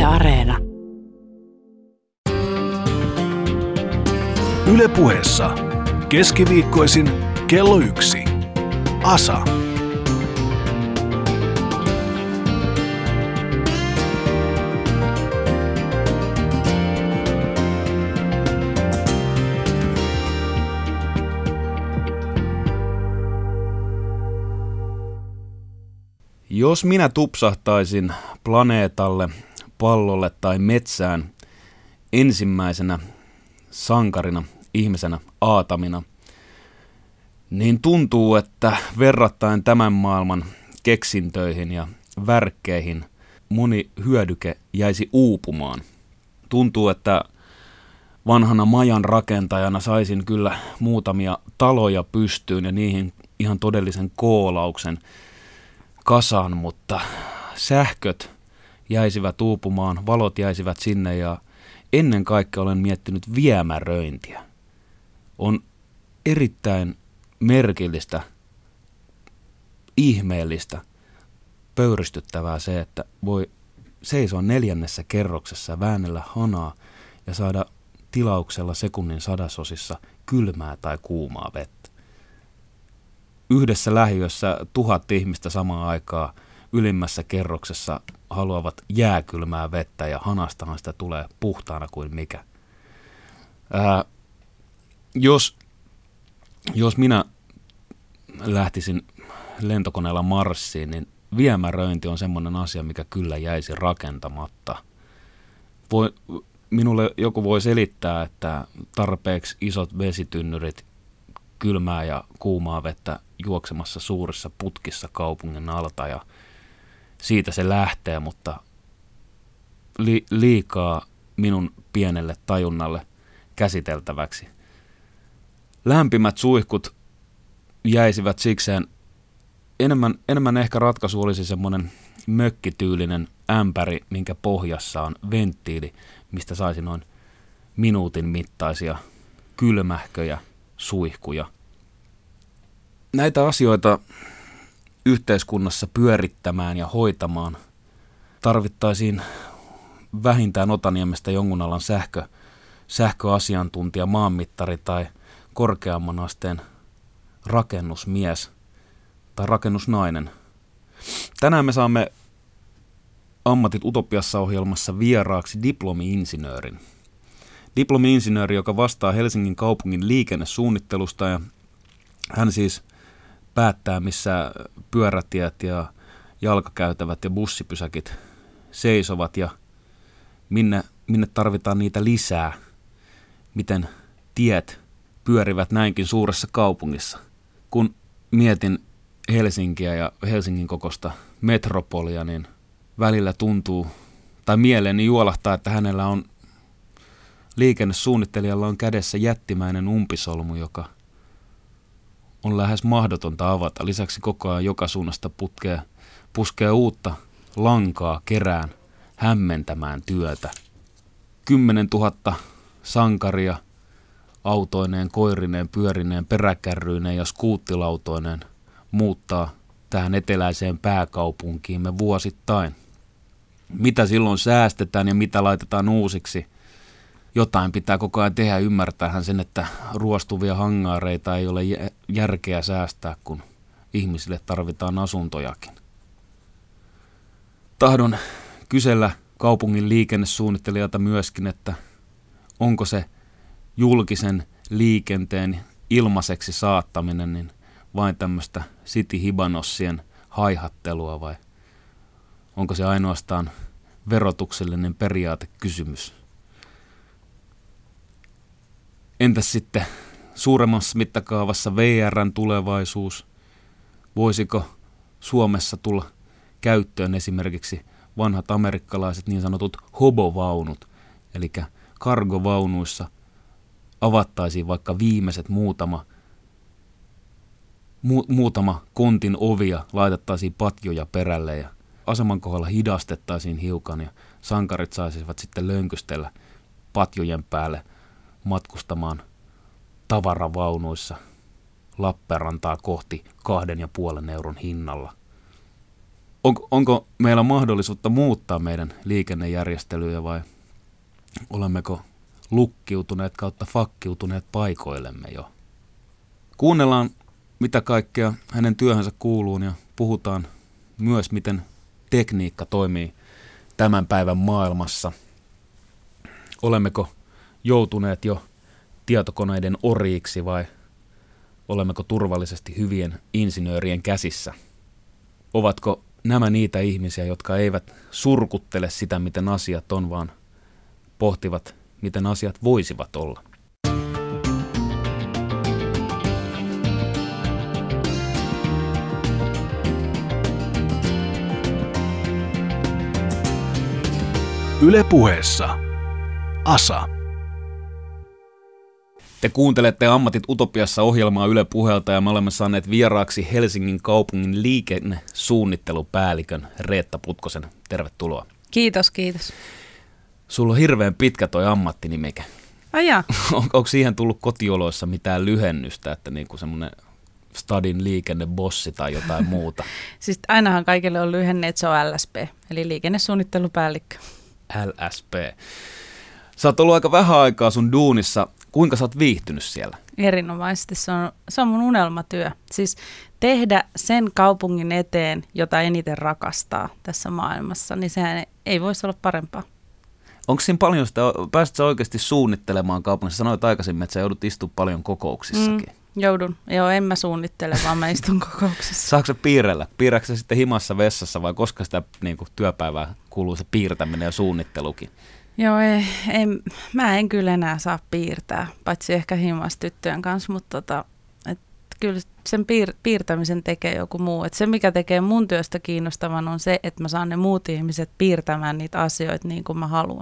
Areena. Yle Puheessa. Keskiviikkoisin kello 1. Asa. Jos minä tupsahtaisin planeetalle, pallolle tai metsään ensimmäisenä sankarina, ihmisenä, aatamina, niin tuntuu, että verrattain tämän maailman keksintöihin ja värkkeihin moni hyödyke jäisi uupumaan. Tuntuu, että vanhana majan rakentajana saisin kyllä muutamia taloja pystyyn ja niihin ihan todellisen koolauksen kasaan, mutta sähköt jäisivät uupumaan, valot jäisivät sinne ja ennen kaikkea olen miettinyt viemäröintiä. On erittäin merkillistä, ihmeellistä, pöyristyttävää se, että voi seisoa 4. kerroksessa, väännellä hanaa ja saada tilauksella sekunnin sadasosissa kylmää tai kuumaa vettä. Yhdessä lähiössä 1000 ihmistä samaan aikaan ylimmässä kerroksessa haluavat jääkylmää vettä ja hanastahan sitä tulee puhtaana kuin mikä. Jos minä lähtisin lentokoneella Marsiin, niin viemäröinti on semmoinen asia, mikä kyllä jäisi rakentamatta. Minulle joku voi selittää, että tarpeeksi isot vesitynnyrit, kylmää ja kuumaa vettä juoksemassa suurissa putkissa kaupungin alta ja siitä se lähtee, mutta liikaa minun pienelle tajunnalle käsiteltäväksi. Lämpimät suihkut jäisivät sikseen. Enemmän ehkä ratkaisu olisi semmoinen mökkityylinen ämpäri, minkä pohjassa on venttiili, mistä saisi noin minuutin mittaisia kylmähköjä suihkuja. Näitä asioita yhteiskunnassa pyörittämään ja hoitamaan tarvittaisiin vähintään Otaniemestä jonkun alan sähköasiantuntija, maanmittari tai korkeamman asteen rakennusmies tai rakennusnainen. Tänään me saamme Ammatit Utopiassa -ohjelmassa vieraaksi diplomi-insinöörin. Diplomi-insinööri, joka vastaa Helsingin kaupungin liikennesuunnittelusta ja hän siis päättää, missä pyörätiet ja jalkakäytävät ja bussipysäkit seisovat ja minne tarvitaan niitä lisää, miten tiet pyörivät näinkin suuressa kaupungissa. Kun mietin Helsinkiä ja Helsingin kokoista metropolia, niin välillä tuntuu, tai mieleeni juolahtaa, että hänellä on liikennesuunnittelijalla on kädessä jättimäinen umpisolmu, joka on lähes mahdotonta avata. Lisäksi koko ajan joka suunnasta puskee uutta lankaa kerään hämmentämään työtä. 10 000 sankaria autoineen, koirineen, pyörineen, peräkärryineen ja skuuttilautoineen muuttaa tähän eteläiseen pääkaupunkiimme vuosittain. Mitä silloin säästetään ja mitä laitetaan uusiksi? Jotain pitää koko ajan tehdä, ymmärtäähän sen, että ruostuvia hangaareita ei ole järkeä säästää, kun ihmisille tarvitaan asuntojakin. Tahdon kysellä kaupungin liikennesuunnittelijalta myöskin, että onko se julkisen liikenteen ilmaiseksi saattaminen niin vain tämmöistä city-hibanossien haihattelua vai onko se ainoastaan verotuksellinen periaatekysymys? Entäs sitten suuremmassa mittakaavassa VR:n tulevaisuus? Voisiko Suomessa tulla käyttöön esimerkiksi vanhat amerikkalaiset niin sanotut hobovaunut, eli kargovaunuissa avattaisiin vaikka viimeiset muutama kontin ovia, laitettaisiin patjoja perälle ja aseman kohdalla hidastettaisiin hiukan ja sankarit saisivat sitten lönkystellä patjojen päälle matkustamaan tavaravaunuissa Lappeenrantaa kohti 2,5 euron hinnalla. Onko meillä mahdollisuutta muuttaa meidän liikennejärjestelyjä vai olemmeko lukkiutuneet kautta fakkiutuneet paikoillemme jo? Kuunnellaan, mitä kaikkea hänen työhönsä kuuluu ja puhutaan myös, miten tekniikka toimii tämän päivän maailmassa. Olemmeko joutuneet jo tietokoneiden oriiksi vai olemmeko turvallisesti hyvien insinöörien käsissä? Ovatko nämä niitä ihmisiä, jotka eivät surkuttele sitä, miten asiat on, vaan pohtivat, miten asiat voisivat olla? Yle Puheessa. Asa. Te kuuntelette Ammatit Utopiassa -ohjelmaa Yle Puheelta ja me olemme saaneet vieraaksi Helsingin kaupungin liikennesuunnittelupäällikön Reetta Putkosen. Tervetuloa. Kiitos, kiitos. Sulla on hirveän pitkä toi ammattinimike. Ajaa. Onko siihen tullut kotioloissa mitään lyhennystä, että niinku semmoinen stadin liikennebossi tai jotain muuta? Siis ainahan kaikille on lyhenne, että se on LSP, eli liikennesuunnittelupäällikkö. LSP. Sä oot ollut aika vähän aikaa sun duunissa. Kuinka sä oot viihtynyt siellä? Erinomaisesti. Se on mun unelmatyö. Siis tehdä sen kaupungin eteen, jota eniten rakastaa tässä maailmassa, niin sehän ei voisi olla parempaa. Onko siinä paljon sitä, pääsit sä oikeasti suunnittelemaan kaupungissa? Sanoit aikaisemmin, että sä joudut istumaan paljon kokouksissakin. Joudun. Joo, en mä suunnittele, vaan mä istun kokouksissa. Saatko sä piirrellä? Piirrätkö sä sitten himassa vessassa vai koska sitä niin kuin työpäivää kuuluu se piirtäminen ja suunnittelukin? Joo, mä en kyllä enää saa piirtää, paitsi ehkä himassa tyttöjen kanssa, mutta kyllä sen piirtämisen tekee joku muu. Et se, mikä tekee mun työstä kiinnostavan, on se, että mä saan ne muut ihmiset piirtämään niitä asioita niin kuin mä haluan.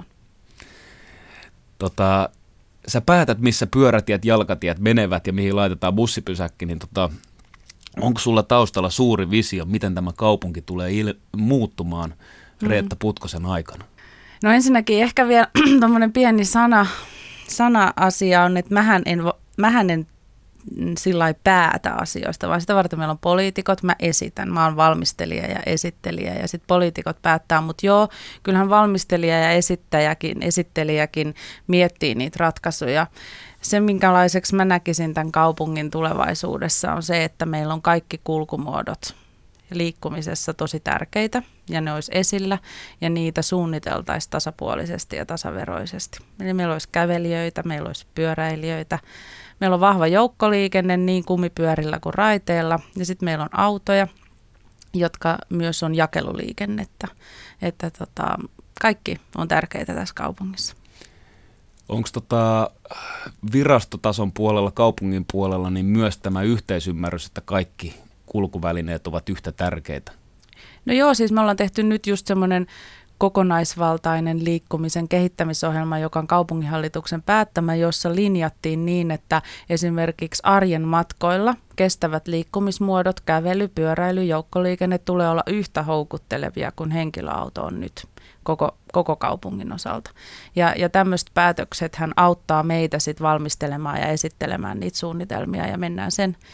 Sä päätät, missä pyörätiet, jalkatiet menevät ja mihin laitetaan bussipysäkki, niin onko sulla taustalla suuri visio, miten tämä kaupunki tulee muuttumaan Reetta Putkosen aikana? No ensinnäkin ehkä vielä tommoinen pieni sana-asia on, että mähän en sillä lailla päätä asioista, vaan sitä varten meillä on poliitikot, mä esitän, mä oon valmistelija ja esittelijä ja sitten poliitikot päättää, mutta joo, kyllähän valmistelija ja esittelijäkin miettii niitä ratkaisuja. Se, minkälaiseksi mä näkisin tämän kaupungin tulevaisuudessa, on se, että meillä on kaikki kulkumuodot liikkumisessa tosi tärkeitä ja ne olisi esillä ja niitä suunniteltaisiin tasapuolisesti ja tasaveroisesti. Eli meillä olisi kävelijöitä, meillä olisi pyöräilijöitä, meillä on vahva joukkoliikenne niin kumipyörillä kuin raiteilla ja sitten meillä on autoja, jotka myös on jakeluliikennettä. Että kaikki on tärkeitä tässä kaupungissa. Onko virastotason puolella, kaupungin puolella, niin myös tämä yhteisymmärrys, että kaikki kulkuvälineet ovat yhtä tärkeitä? No joo, siis me ollaan tehty nyt just semmoinen kokonaisvaltainen liikkumisen kehittämisohjelma, joka on kaupunginhallituksen päättämä, jossa linjattiin niin, että esimerkiksi arjen matkoilla kestävät liikkumismuodot, kävely, pyöräily, joukkoliikenne tulee olla yhtä houkuttelevia kuin henkilöauto on nyt koko kaupungin osalta. Ja tämmöiset päätöksethän auttaa meitä sit valmistelemaan ja esittelemään niitä suunnitelmia ja mennään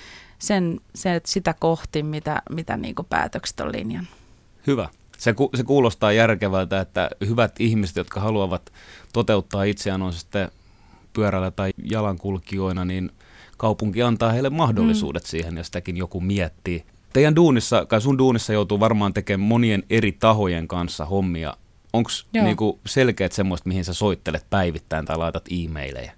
sitä kohti, mitä niinku päätökset on linjannut. Hyvä. Se kuulostaa järkevältä, että hyvät ihmiset, jotka haluavat toteuttaa itseään, on sitten pyörällä tai jalankulkijoina, niin kaupunki antaa heille mahdollisuudet siihen, ja sitäkin joku miettii. Teidän duunissa, kai sun duunissa joutuu varmaan tekemään monien eri tahojen kanssa hommia. Onko niinku selkeät semmoista, mihin sä soittelet päivittäin tai laitat e-maileja?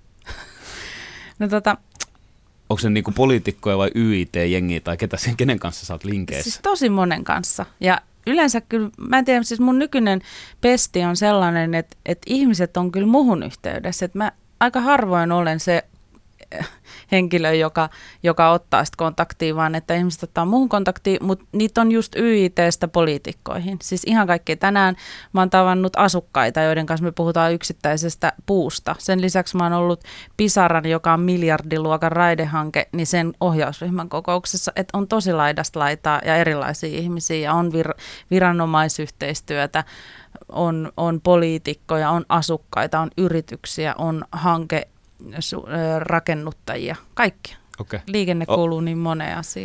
No onko se niinku poliitikkoja vai YIT-jengiä tai kenen kanssa sä oot linkeissä? Siis tosi monen kanssa. Ja yleensä kyllä, mä en tiedä, siis mun nykyinen pesti on sellainen, että ihmiset on kyllä muhun yhteydessä. Että mä aika harvoin olen se henkilö, joka ottaa sitä kontaktia, vaan että ihmiset ottaa muuhun kontaktiin, mutta niitä on just YIT:stä poliitikkoihin. Siis ihan kaikki. Tänään mä oon tavannut asukkaita, joiden kanssa me puhutaan yksittäisestä puusta. Sen lisäksi mä oon ollut Pisaran, joka on miljardiluokan raidehanke, niin sen ohjausryhmän kokouksessa, että on tosi laidasta laitaa ja erilaisia ihmisiä ja on viranomaisyhteistyötä, on poliitikkoja, on asukkaita, on yrityksiä, on rakennuttajia, kaikki. Okay. Liikenne kuuluu niin moneen asiaan.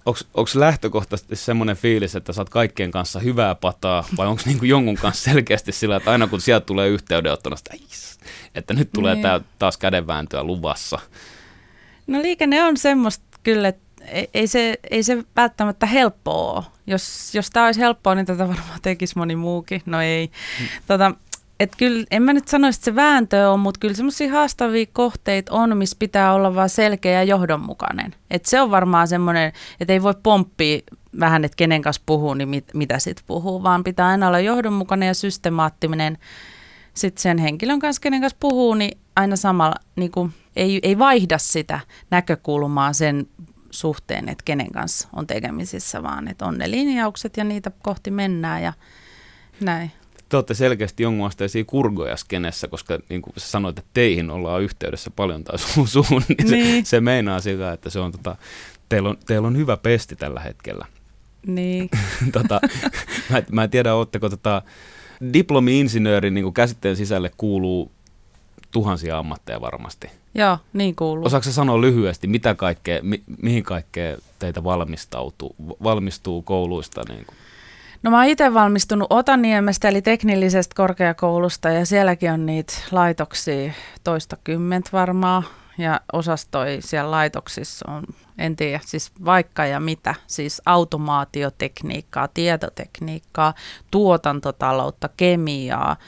onko lähtökohtaisesti semmoinen fiilis, että sä oot kaikkien kanssa hyvää pataa, vai onko niinku jonkun kanssa selkeästi sillä, että aina kun sieltä tulee yhteydenottona, että nyt tulee tää taas kädenvääntöä luvassa? No liikenne on semmoista kyllä, että ei se välttämättä helppoa ole. Jos tämä olisi helppoa, niin tätä varmaan tekisi moni muukin. No ei. Että kyllä, en mä nyt sanoisi, että se vääntö on, mutta kyllä semmoisia haastavia kohteita on, missä pitää olla vaan selkeä ja johdonmukainen. Että se on varmaan semmoinen, että ei voi pomppia vähän, että kenen kanssa puhuu, niin mitä sitten puhuu, vaan pitää aina olla johdonmukainen ja systemaattinen. Sitten sen henkilön kanssa, kenen kanssa puhuu, niin aina samalla niin kuin, ei vaihda sitä näkökulmaa sen suhteen, että kenen kanssa on tekemisissä, vaan että on ne linjaukset ja niitä kohti mennään ja näin. Te olette selkeästi jonkunasteisia kurgoja skenessä, koska niin kuin sä sanoit, että teihin ollaan yhteydessä paljon tai suun, niin se meinaa sitä, että se on, teillä on hyvä pesti tällä hetkellä. Niin. Mä en tiedä, ootteko diplomi-insinöörin niin kuin käsitteen sisälle kuuluu tuhansia ammatteja varmasti. Joo, niin kuuluu. Osaatko sä sanoa lyhyesti, mitä kaikkea, mihin kaikkea teitä valmistuu kouluista? Niin kuin? No mä oon itse valmistunut Otaniemestä eli teknillisestä korkeakoulusta ja sielläkin on niitä laitoksia toistakymmentä varmaan ja osastoi siellä laitoksissa on, en tiedä, siis vaikka ja mitä, siis automaatiotekniikkaa, tietotekniikkaa, tuotantotaloutta, kemiaa,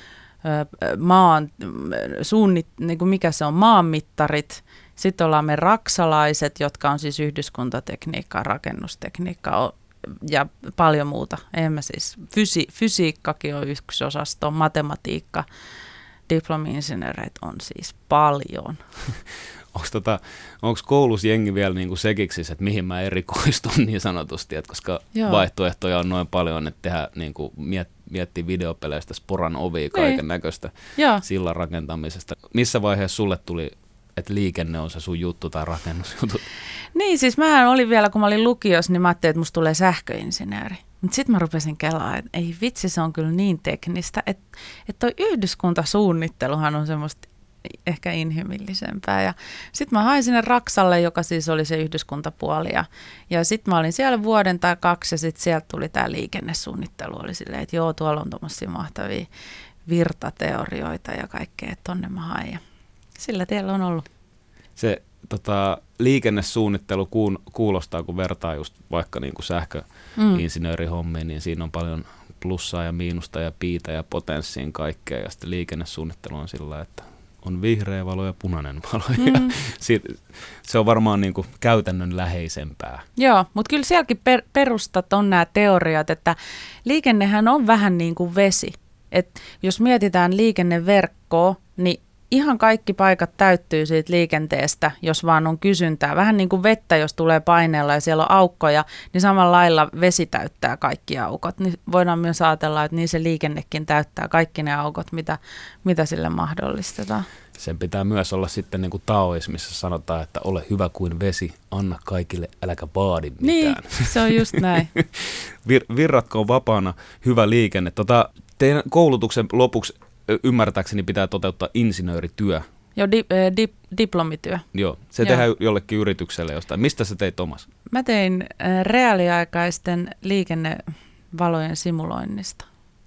niin kuin mikä se on, maanmittarit, sitten ollaan me raksalaiset, jotka on siis yhdyskuntatekniikkaa, rakennustekniikkaa ja paljon muuta. Eihän siis fysiikkakin on yksi osasto, matematiikka, diplomi-insinööreitä on siis paljon. Onko koulussa jengi vielä niinku sekiksissä, että mihin mä erikoistun niin sanotusti, että koska vaihtoehtoja on noin paljon, että tehdä niinku miettii videopeleistä sporan ovia, kaiken näköistä sillan rakentamisesta. Missä vaiheessa sulle tuli, että liikenne on se sun juttu tai rakennusjuttu? Niin, siis mähän olin vielä, kun mä olin lukiossa, niin mä ajattelin, että musta tulee sähköinsinööri. Mutta sitten mä rupesin kelaamaan, että ei vitsi, se on kyllä niin teknistä, että toi yhdyskuntasuunnitteluhan on semmoista ehkä inhimillisempää. Ja sitten mä hain sinne Raksalle, joka siis oli se yhdyskuntapuoli. Ja sitten mä olin siellä vuoden tai 2 ja sitten sieltä tuli tämä liikennesuunnittelu. Oli silleen, että joo, tuolla on tuommoisia mahtavia virtateorioita ja kaikkea, että tonne mä hain. Ja sillä tiellä on ollut. Se liikennesuunnittelu kuulostaa, kun vertaa just vaikka niin kuin sähköinsinöörihommiin, niin siinä on paljon plussaa ja miinusta ja piitä ja potenssiin kaikkea. Ja sitten liikennesuunnittelu on sillä, että on vihreä valo ja punainen valo. Ja se on varmaan niin kuin käytännön läheisempää. Joo, mutta kyllä sielläkin perustat on nämä teoriat, että liikennehän on vähän niin kuin vesi. Et jos mietitään liikenneverkkoa, niin ihan kaikki paikat täyttyy siitä liikenteestä, jos vaan on kysyntää. Vähän niin kuin vettä, jos tulee paineella ja siellä on aukkoja, niin samalla lailla vesi täyttää kaikki aukot. Niin voidaan myös ajatella, että niin se liikennekin täyttää kaikki ne aukot, mitä sille mahdollistetaan. Sen pitää myös olla sitten niin kuin taoismissa sanotaan, että ole hyvä kuin vesi, anna kaikille, äläkä vaadi mitään. Niin, se on just näin. Virratko on vapaana, hyvä liikenne. Teidän koulutuksen lopuksi ymmärtääkseni pitää toteuttaa insinöörityö. Joo, diplomityö. Joo, se tehdään jollekin yritykselle jostain. Mistä sä teit omas? Mä tein reaaliaikaisten liikennevalojen simuloinnista.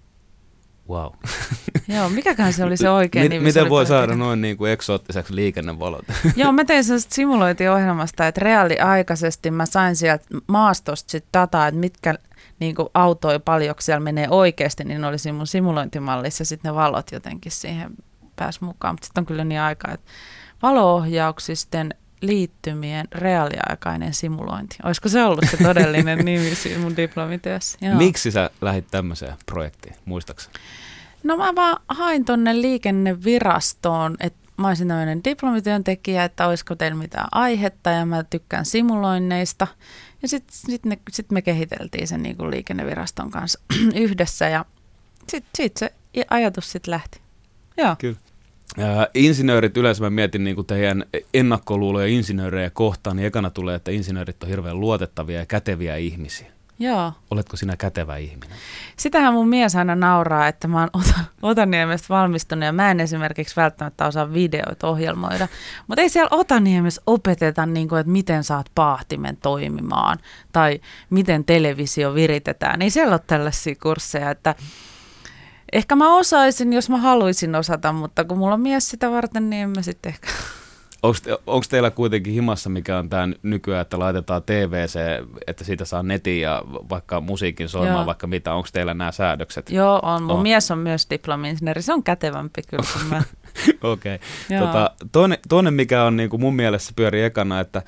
Wow. Joo, mikäkään se oli se oikein nimi? Miten voi saada noin niin kuin eksoottiseksi liikennevalot? Joo, mä tein sellaista simulointiohjelmasta, että reaaliaikaisesti mä sain sieltä maastosta sit dataa, että mitkä niin kuin autoja paljonko siellä menee oikeasti, niin ne oli mun simulointimallissa ja sitten ne valot jotenkin siihen pääsi mukaan. Mutta sitten on kyllä niin aikaa, että valo-ohjauksisten liittymien reaaliaikainen simulointi. Olisiko se ollut se todellinen nimi mun diplomityössä? Joo. Miksi sä lähdit tämmöiseen projektiin, muistaakseni? No mä vaan hain tonne liikennevirastoon, että mä olisin tämmöinen diplomityöntekijä, että olisiko teillä mitään aihetta ja mä tykkään simuloinneista. Ja sitten me kehiteltiin sen niin kuin liikenneviraston kanssa yhdessä ja sitten se ajatus sitten lähti. Joo. Kyllä. Insinöörit yleensä mä mietin niin kuin teidän ennakkoluuloja insinöörejä kohtaan, niin ekana tulee, että insinöörit on hirveän luotettavia ja käteviä ihmisiä. Joo. Oletko sinä kätevä ihminen? Sitähän mun mies aina nauraa, että mä oon Otaniemestä valmistunut ja mä en esimerkiksi välttämättä osaa videoita ohjelmoida. Mutta ei siellä Otaniemessä opeteta, niin kuin, että miten saat paahtimen toimimaan tai miten televisio viritetään. Ei siellä ole tällaisia kursseja, että ehkä mä osaisin, jos mä haluaisin osata, mutta kun mulla on mies sitä varten, niin en mä sitten ehkä. Onko teillä kuitenkin himassa, mikä on tämä nykyään, että laitetaan TVC, että siitä saa netin ja vaikka musiikin soimaan, Joo. vaikka mitä, onko teillä nämä säädökset? Joo, on. Mun mies on myös diplomi-insinööri, se on kätevämpi kyllä kuin mä. Okei. Toinen, mikä on niinku mun mielessä pyörii ekana, että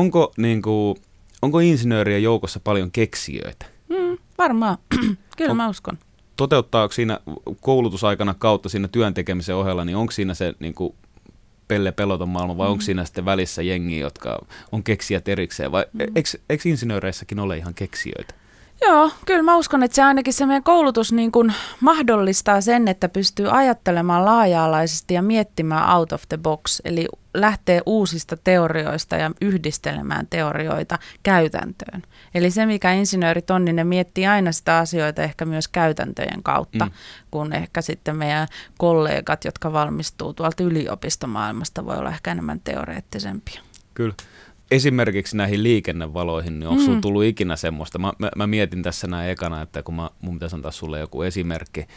onko insinöörien joukossa paljon keksijöitä? Varmaan, kyllä mä uskon. Toteuttaako siinä koulutusaikana kautta siinä työn tekemisen ohella, niin onko siinä se niinku pelle peloton maailma, vai onko siinä sitten välissä jengiä, jotka on keksijät erikseen, vai eikö insinööreissäkin ole ihan keksijöitä? Joo, kyllä mä uskon, että se ainakin se meidän koulutus niin kuin mahdollistaa sen, että pystyy ajattelemaan laaja-alaisesti ja miettimään out of the box, eli lähtee uusista teorioista ja yhdistelemään teorioita käytäntöön. Eli se, mikä insinöörit on, niin ne miettii aina sitä asioita ehkä myös käytäntöjen kautta, kun ehkä sitten meidän kollegat, jotka valmistuu tuolta yliopistomaailmasta, voi olla ehkä enemmän teoreettisempia. Kyllä. Esimerkiksi näihin liikennevaloihin, niin onko sinulla tullut ikinä semmoista? Mä mietin tässä näin ekana, että kun mun pitäisi antaa sulle joku esimerkki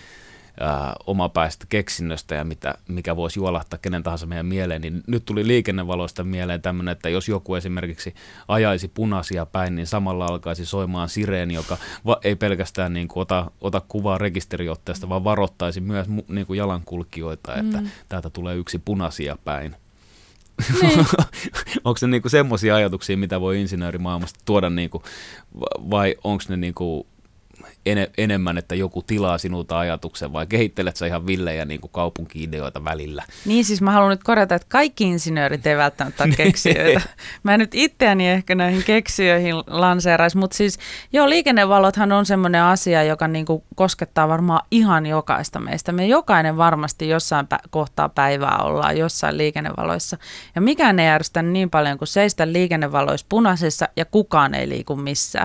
omapäisestä keksinnöstä ja mikä voisi juolahtaa kenen tahansa meidän mieleen, niin nyt tuli liikennevaloista mieleen tämmöinen, että jos joku esimerkiksi ajaisi punaisia päin, niin samalla alkaisi soimaan sireeni, joka ei pelkästään niin kuin ota kuvaa rekisteriotteesta, vaan varoittaisi myös niin kuin jalankulkijoita, että täältä tulee yksi punaisia päin. Niin. Onko ne niinku semmoisia ajatuksia, mitä voi insinöörimaailmasta tuoda, niinku, vai onko ne niinku enemmän, että joku tilaa sinulta ajatuksen, vai kehittelet sä ihan villejä niinku kaupunki-ideoita välillä? Niin siis mä haluan nyt korjata, että kaikki insinöörit ei välttämättä ole keksijöitä. Mä nyt itseäni ehkä näihin keksijöihin lanseeraisi, mutta siis joo, liikennevalothan on semmoinen asia, joka niinku koskettaa varmaan ihan jokaista meistä. Me jokainen varmasti jossain kohtaa päivää ollaan jossain liikennevaloissa, ja mikään ei järjestä niin paljon kuin seistä liikennevaloissa punaisissa, ja kukaan ei liiku missään.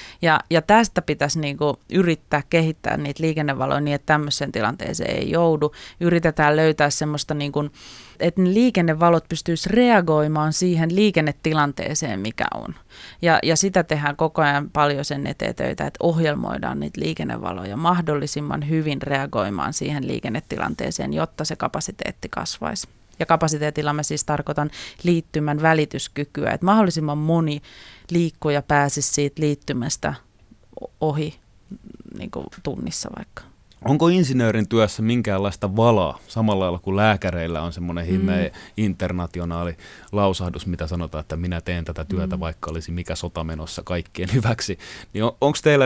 Ja tästä pitäisi niinku yrittää kehittää niitä liikennevaloja niin, että tämmöiseen tilanteeseen ei joudu. Yritetään löytää semmoista, niin kuin, että ne liikennevalot pystyisi reagoimaan siihen liikennetilanteeseen, mikä on. Ja sitä tehdään koko ajan paljon sen eteen töitä, että ohjelmoidaan niitä liikennevaloja mahdollisimman hyvin reagoimaan siihen liikennetilanteeseen, jotta se kapasiteetti kasvaisi. Ja kapasiteetilla mä siis tarkoitan liittymän välityskykyä, että mahdollisimman moni liikkuja pääsisi siitä liittymästä ohi niin kuin tunnissa vaikka. Onko insinöörin työssä minkäänlaista valaa, samalla lailla kuin lääkäreillä on semmoinen himmeä internationaali lausahdus, mitä sanotaan, että minä teen tätä työtä, vaikka olisi mikä sota menossa kaikkien hyväksi. Niin onko teillä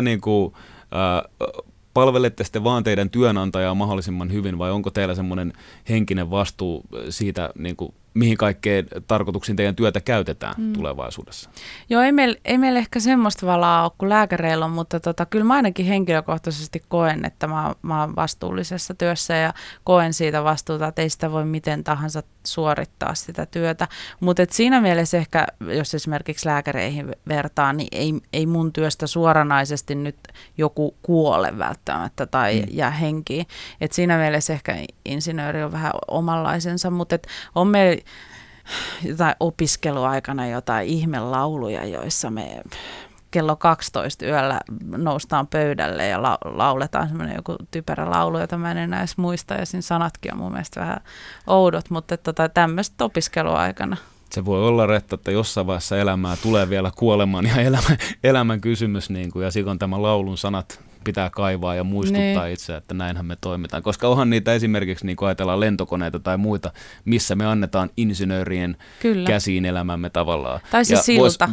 palvelette sitten vaan teidän työnantajaa mahdollisimman hyvin, vai onko teillä semmoinen henkinen vastuu siitä, mihin kaikkeen tarkoituksiin teidän työtä käytetään tulevaisuudessa? Joo, ei meillä ehkä semmoista valaa ole kuin lääkäreillä on, mutta kyllä mä ainakin henkilökohtaisesti koen, että mä oon vastuullisessa työssä ja koen siitä vastuuta, että ei sitä voi miten tahansa suorittaa sitä työtä. Mutta siinä mielessä ehkä, jos esimerkiksi lääkäreihin vertaa, niin ei mun työstä suoranaisesti nyt joku kuole välttämättä tai jää henkiin. Et siinä mielessä ehkä insinööri on vähän omanlaisensa, mutta on meillä jotain opiskeluaikana jotain ihmelauluja, joissa me kello 12 yöllä noustaan pöydälle ja lauletaan semmoinen joku typerä laulu, jota mä en enää edes muista, ja siinä sanatkin on mun mielestä vähän oudot, mutta tämmöistä opiskeluaikana. Se voi olla, Retta, että jossain vaiheessa elämää tulee vielä kuoleman ja elämän kysymys, ja silloin tämä laulun sanat pitää kaivaa ja muistuttaa itse, että näinhän me toimitaan. Koska onhan niitä esimerkiksi, niin kun ajatellaan lentokoneita tai muita, missä me annetaan insinöörien käsiin elämämme tavallaan. Tai se silta.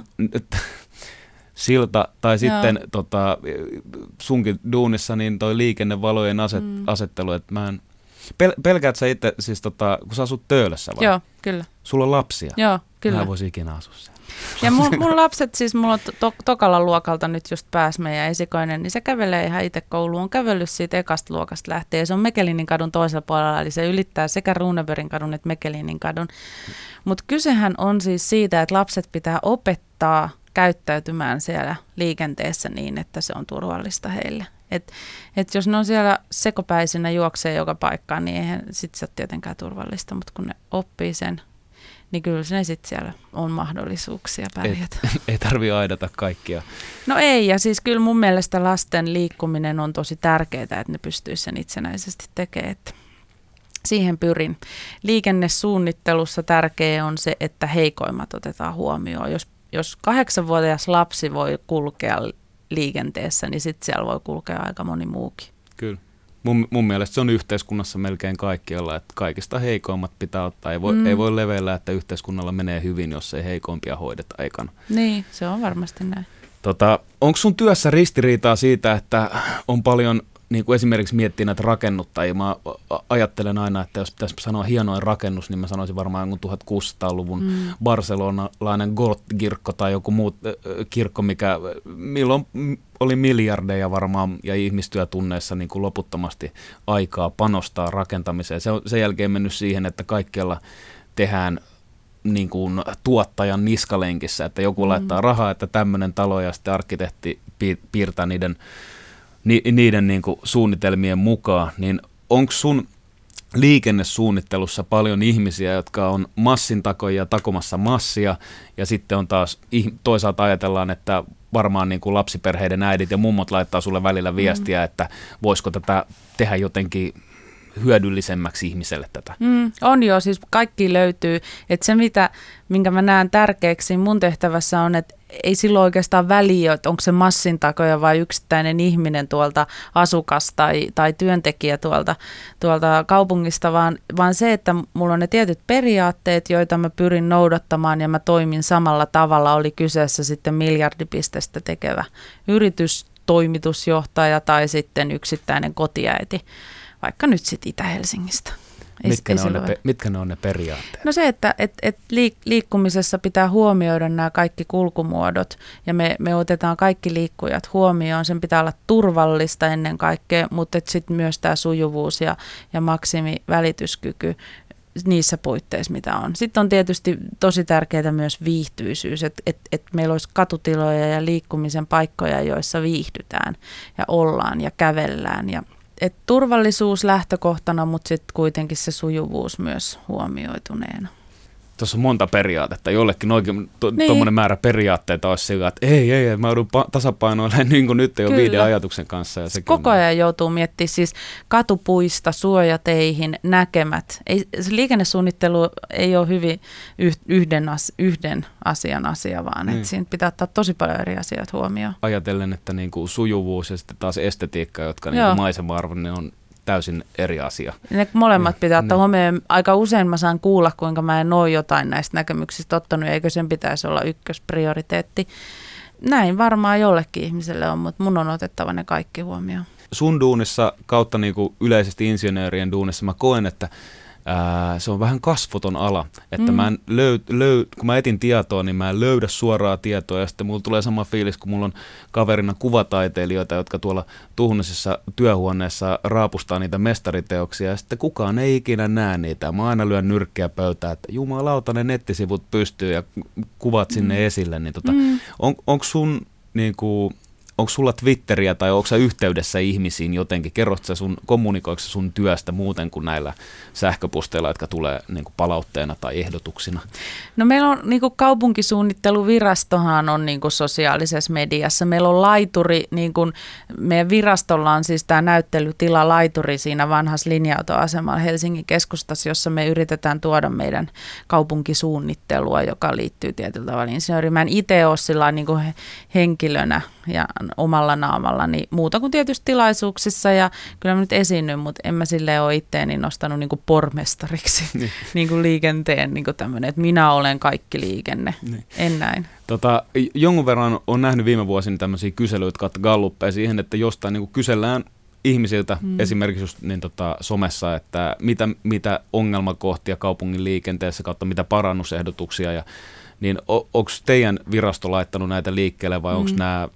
Silta, tai sitten sunkin duunissa niin toi liikennevalojen asettelu, että mä en. Pelkäät sä itse, siis kun sä asut Töölössä vai? Joo, kyllä. Sulla on lapsia? Joo, kyllä. Mä voisin ikinä asua siellä. Ja mun lapset, siis mulla on tokalla luokalta nyt just pääsi meidän esikoinen, niin se kävelee ihan itse kouluun. On kävellyt siitä ekasta luokasta lähtien. Se on Mekelinin kadun toisella puolella, eli se ylittää sekä Runebergin kadun että Mekelinin kadun. Mutta kysehän on siis siitä, että lapset pitää opettaa käyttäytymään siellä liikenteessä niin, että se on turvallista heille. Et jos ne on siellä sekopäisinä juoksee joka paikkaan, niin eihän sit se ole tietenkään turvallista, mutta kun ne oppii sen, niin kyllä ne sitten siellä on mahdollisuuksia pärjätä. Ei tarvitse aidata kaikkia. No ei, ja siis kyllä mun mielestä lasten liikkuminen on tosi tärkeää, että ne pystyisivät sen itsenäisesti tekemään, että siihen pyrin. Liikennesuunnittelussa tärkeää on se, että heikoimmat otetaan huomioon. Jos 8-vuotias lapsi voi kulkea liikenteessä, niin sitten siellä voi kulkea aika moni muukin. Kyllä. Mun mielestä se on yhteiskunnassa melkein kaikkialla, että kaikista heikoimmat pitää ottaa. Ei voi leveillä, että yhteiskunnalla menee hyvin, jos ei heikompia hoideta aikana. Niin, se on varmasti näin. Onko sun työssä ristiriitaa siitä, että on paljon niin kuin esimerkiksi miettii näitä rakennuttajia? Mä ajattelen aina, että jos pitäisi sanoa hienoin rakennus, niin mä sanoisin varmaan jonkun 1600-luvun barcelonalainen Goth-kirkko tai joku muu kirkko, milloin oli miljardeja varmaan ja ihmistyötunneissa niin kuin loputtomasti aikaa panostaa rakentamiseen. Se on sen jälkeen mennyt siihen, että kaikkialla tehdään niin kuin tuottajan niskalenkissä, että joku laittaa rahaa, että tämmöinen talo ja sitten arkkitehti piirtää niiden niin kuin suunnitelmien mukaan, niin onko sun liikennesuunnittelussa paljon ihmisiä, jotka on massin takoja takomassa massia, ja sitten on taas toisaalta ajatellaan, että varmaan niin kuin lapsiperheiden äidit ja mummot laittaa sulle välillä viestiä, että voisiko tätä tehdä jotenkin hyödyllisemmäksi ihmiselle tätä. On jo, siis kaikki löytyy. Että se, minkä mä näen tärkeäksi mun tehtävässä on, että ei silloin oikeastaan väliä, että onko se massin takoja vai yksittäinen ihminen tuolta asukas tai työntekijä tuolta kaupungista, vaan se, että mulla on ne tietyt periaatteet, joita mä pyrin noudattamaan ja mä toimin samalla tavalla, oli kyseessä sitten miljardipistestä tekevä yritys, toimitusjohtaja tai sitten yksittäinen kotiäiti, vaikka nyt sitten Itä-Helsingistä. Mitkä ne on ne periaatteet? No se, että liikkumisessa pitää huomioida nämä kaikki kulkumuodot ja me otetaan kaikki liikkujat huomioon. Sen pitää olla turvallista ennen kaikkea, mutta sitten myös tämä sujuvuus ja maksimivälityskyky niissä puitteissa, mitä on. Sitten on tietysti tosi tärkeää myös viihtyisyys, että meillä olisi katutiloja ja liikkumisen paikkoja, joissa viihdytään ja ollaan ja kävellään ja turvallisuus lähtökohtana, mutta sitten kuitenkin se sujuvuus myös huomioituneena. Tuossa on monta periaatetta. Jollekin oikein tuommoinen määrä periaatteita olisi sillä, että ei, mä joudun tasapainoilemaan niin kuin nyt jo 5 ajatuksen kanssa. Ja koko ajan joutuu miettimään siis katupuista, suojateihin, näkemät. Liikennesuunnittelu ei ole hyvin yhden asian asia, vaan että siinä pitää ottaa tosi paljon eri asioita huomioon. Ajatellen, että niin kuin sujuvuus ja sitten taas estetiikka, jotka niin kuin maisema-arvon, ne on täysin eri asia. Ne molemmat pitää ottaa huomioon. Aika usein mä saan kuulla, kuinka mä en ole jotain näistä näkemyksistä ottanut, eikö sen pitäisi olla ykkösprioriteetti. Näin varmaan jollekin ihmiselle on, mutta mun on otettava ne kaikki huomioon. Sun duunissa kautta niin kuin yleisesti insinöörien duunissa mä koen, että se on vähän kasvoton ala, että mä en kun mä etin tietoa, niin mä en löydä suoraa tietoa ja sitten mulla tulee sama fiilis, kun mulla on kaverina kuvataiteilijoita, jotka tuolla tuhnisessa työhuoneessa raapustaa niitä mestariteoksia ja sitten kukaan ei ikinä näe niitä. Mä aina lyön nyrkkiä pöytään, että jumalauta ne nettisivut pystyy ja kuvat sinne esille, niin onko sun niinku onko sulla Twitteriä tai onko sä yhteydessä ihmisiin jotenkin? Kerrotko sä kommunikoiko sä sun työstä muuten kuin näillä sähköposteilla, jotka tulee niin kuin palautteena tai ehdotuksina? No meillä on niin kuin kaupunkisuunnitteluvirastohan on niin kuin sosiaalisessa mediassa. Meillä on laituri, niin kuin meidän virastolla on siis tämä näyttelytila laituri siinä vanhassa linja-autoasemalla Helsingin keskustassa, jossa me yritetään tuoda meidän kaupunkisuunnittelua, joka liittyy tietyllä tavalla insinööriin. Mä en itse ole sillä niin kuin henkilönä ja omalla naamalla, niin muuta kuin tietysti tilaisuuksissa ja kyllä mä nyt esiinnyn, mutta en mä silleen ole itteeni nostanut niin kuin pormestariksi niin kuin liikenteen niin kuin tämmöinen, että minä olen kaikki liikenne, en näin. Jonkun verran on nähnyt viime vuosina tämmöisiä kyselyitä kautta galluppeja siihen, että jostain niin kuin kysellään ihmisiltä esimerkiksi just, niin somessa, että mitä ongelmakohtia kaupungin liikenteessä kautta mitä parannusehdotuksia ja niin onko teidän virasto laittanut näitä liikkeelle vai onko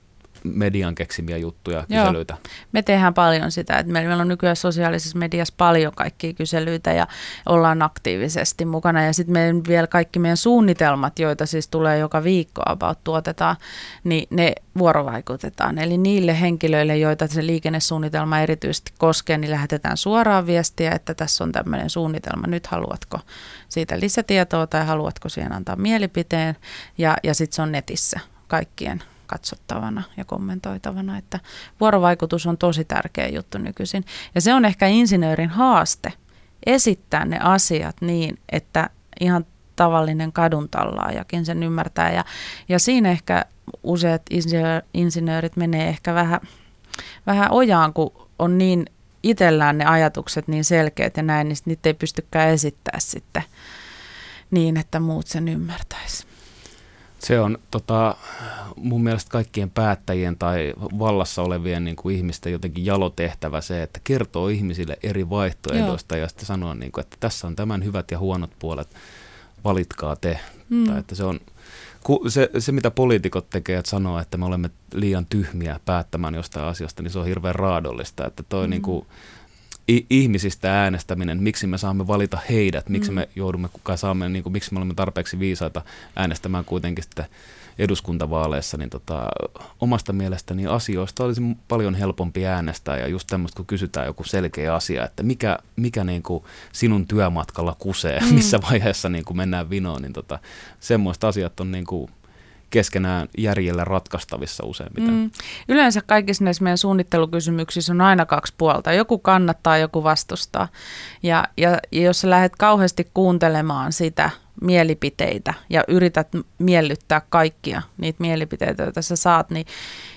median keksimiä juttuja, kyselyitä? Joo. Me tehdään paljon sitä, että meillä on nykyään sosiaalisessa mediassa paljon kaikkia kyselyitä ja ollaan aktiivisesti mukana. Ja sitten meillä vielä kaikki meidän suunnitelmat, joita siis tulee joka viikko about tuotetaan, niin ne vuorovaikutetaan. Eli niille henkilöille, joita se liikennesuunnitelma erityisesti koskee, niin lähetetään suoraan viestiä, että tässä on tämmöinen suunnitelma. Nyt haluatko siitä lisätietoa tai haluatko siihen antaa mielipiteen? Ja sitten se on netissä kaikkien katsottavana ja kommentoitavana, että vuorovaikutus on tosi tärkeä juttu nykyisin. Ja se on ehkä insinöörin haaste esittää ne asiat niin, että ihan tavallinen kaduntallaajakin sen ymmärtää. Ja siinä ehkä useat insinöörit menee ehkä vähän ojaan, kun on niin itsellään ne ajatukset niin selkeät ja näin, niin niitä ei pystykään esittämään sitten niin, että muut sen ymmärtäisi. Se on mun mielestä kaikkien päättäjien tai vallassa olevien niin kuin ihmisten jotenkin jalotehtävä se, että kertoo ihmisille eri vaihtoehdoista ja sitten sanoo, niin kuin, että tässä on tämän hyvät ja huonot puolet, valitkaa te. Tai että se, mitä poliitikot tekee, että sanoo, että me olemme liian tyhmiä päättämään jostain asiasta, niin se on hirveän raadollista, että toi niin kuin ihmisistä äänestäminen, miksi me saamme valita heidät, miksi me joudumme, kukaan saamme, niin kuin, miksi me olemme tarpeeksi viisaita äänestämään kuitenkin sitten eduskuntavaaleissa, niin omasta mielestäni asioista olisi paljon helpompi äänestää ja just tämmöistä, kun kysytään joku selkeä asia, että mikä niin kuin sinun työmatkalla kusee, missä vaiheessa niin kuin mennään vinoon, niin semmoista asiat on niin kuin keskenään järjellä ratkaistavissa useimmiten. Yleensä kaikissa näissä meidän suunnittelukysymyksissä on aina kaksi puolta. Joku kannattaa, joku vastustaa. Ja jos sä lähdet kauheasti kuuntelemaan sitä mielipiteitä ja yrität miellyttää kaikkia niitä mielipiteitä, joita sä saat, niin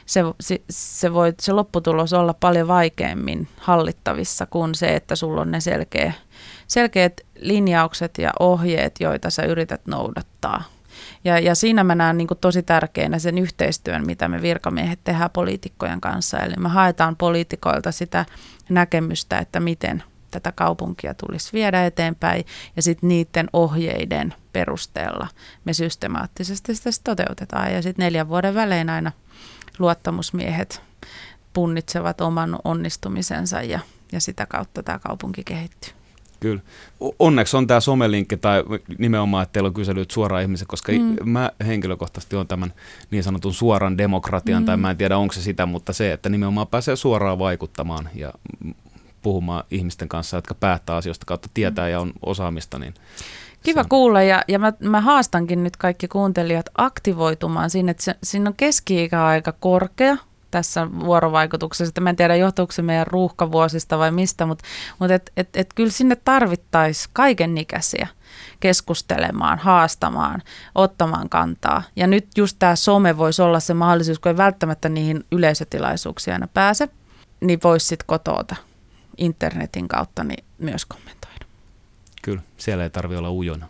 se lopputulos olla paljon vaikeammin hallittavissa kuin se, että sulla on ne selkeät linjaukset ja ohjeet, joita sä yrität noudattaa. Ja siinä mä näen niin kuin tosi tärkeänä sen yhteistyön, mitä me virkamiehet tehdään poliitikkojen kanssa. Eli me haetaan poliitikoilta sitä näkemystä, että miten tätä kaupunkia tulisi viedä eteenpäin. Ja sitten niiden ohjeiden perusteella me systemaattisesti sitä toteutetaan. Ja sitten 4 vuoden välein aina luottamusmiehet punnitsevat oman onnistumisensa ja sitä kautta tämä kaupunki kehittyy. Kyllä. Onneksi on tämä somelinkki tai nimenomaan, että teillä on kyselyt suoraan ihmisiä, koska mä henkilökohtaisesti olen tämän niin sanotun suoran demokratian, tai mä en tiedä onko se sitä, mutta se, että nimenomaan pääsee suoraan vaikuttamaan ja puhumaan ihmisten kanssa, jotka päättää asioista kautta tietää ja on osaamista. Niin kiva kuulla ja mä haastankin nyt kaikki kuuntelijat aktivoitumaan siinä, että siinä on keski-ikä aika korkea tässä vuorovaikutuksessa. Mä en tiedä, johtuuko se meidän ruuhkavuosista vai mistä, mutta et kyllä sinne tarvittaisiin kaikenikäisiä keskustelemaan, haastamaan, ottamaan kantaa. Ja nyt just tämä some voisi olla se mahdollisuus, kun ei välttämättä niihin yleisötilaisuuksiin aina pääse, niin voisi sitten kotoota internetin kautta niin myös kommentoida. Kyllä, siellä ei tarvitse olla ujona.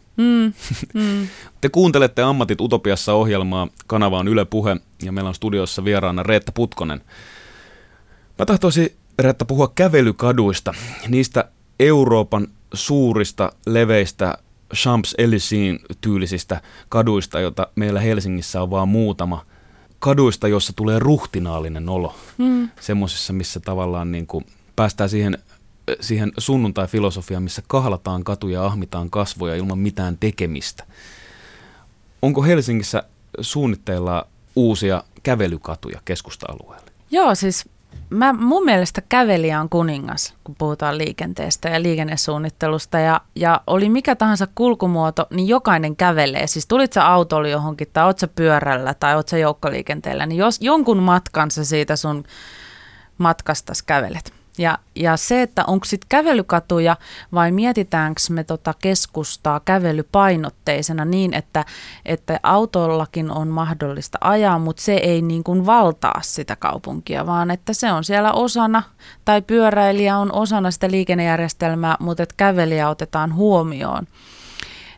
Te kuuntelette Ammatit Utopiassa -ohjelmaa. Kanava on Yle Puhe ja meillä on studiossa vieraana Reetta Putkonen. Mä tahtoisin, Reetta, puhua kävelykaduista, niistä Euroopan suurista, leveistä Champs-Élysées tyylisistä kaduista, joita meillä Helsingissä on vaan muutama. Kaduista, jossa tulee ruhtinaallinen olo. Semmoisissa, missä tavallaan niin kuin päästään siihen sunnuntai-filosofiaan, missä kahlataan katuja ja ahmitaan kasvoja ilman mitään tekemistä. Onko Helsingissä suunnitteilla uusia kävelykatuja keskusta-alueelle? Joo, siis mun mielestä kävelijä on kuningas, kun puhutaan liikenteestä ja liikennesuunnittelusta. Ja oli mikä tahansa kulkumuoto, niin jokainen kävelee. Siis tulit sä autolla johonkin, tai oot sä pyörällä, tai oot sä joukkoliikenteellä, niin jos jonkun matkan sä siitä sun matkastas kävelet. Ja se, että onko sitten kävelykatuja vai mietitäänkö me keskustaa kävelypainotteisena niin, että autollakin on mahdollista ajaa, mutta se ei niin kuin valtaa sitä kaupunkia, vaan että se on siellä osana tai pyöräilijä on osana sitä liikennejärjestelmää, mutta että kävelijä otetaan huomioon. Niin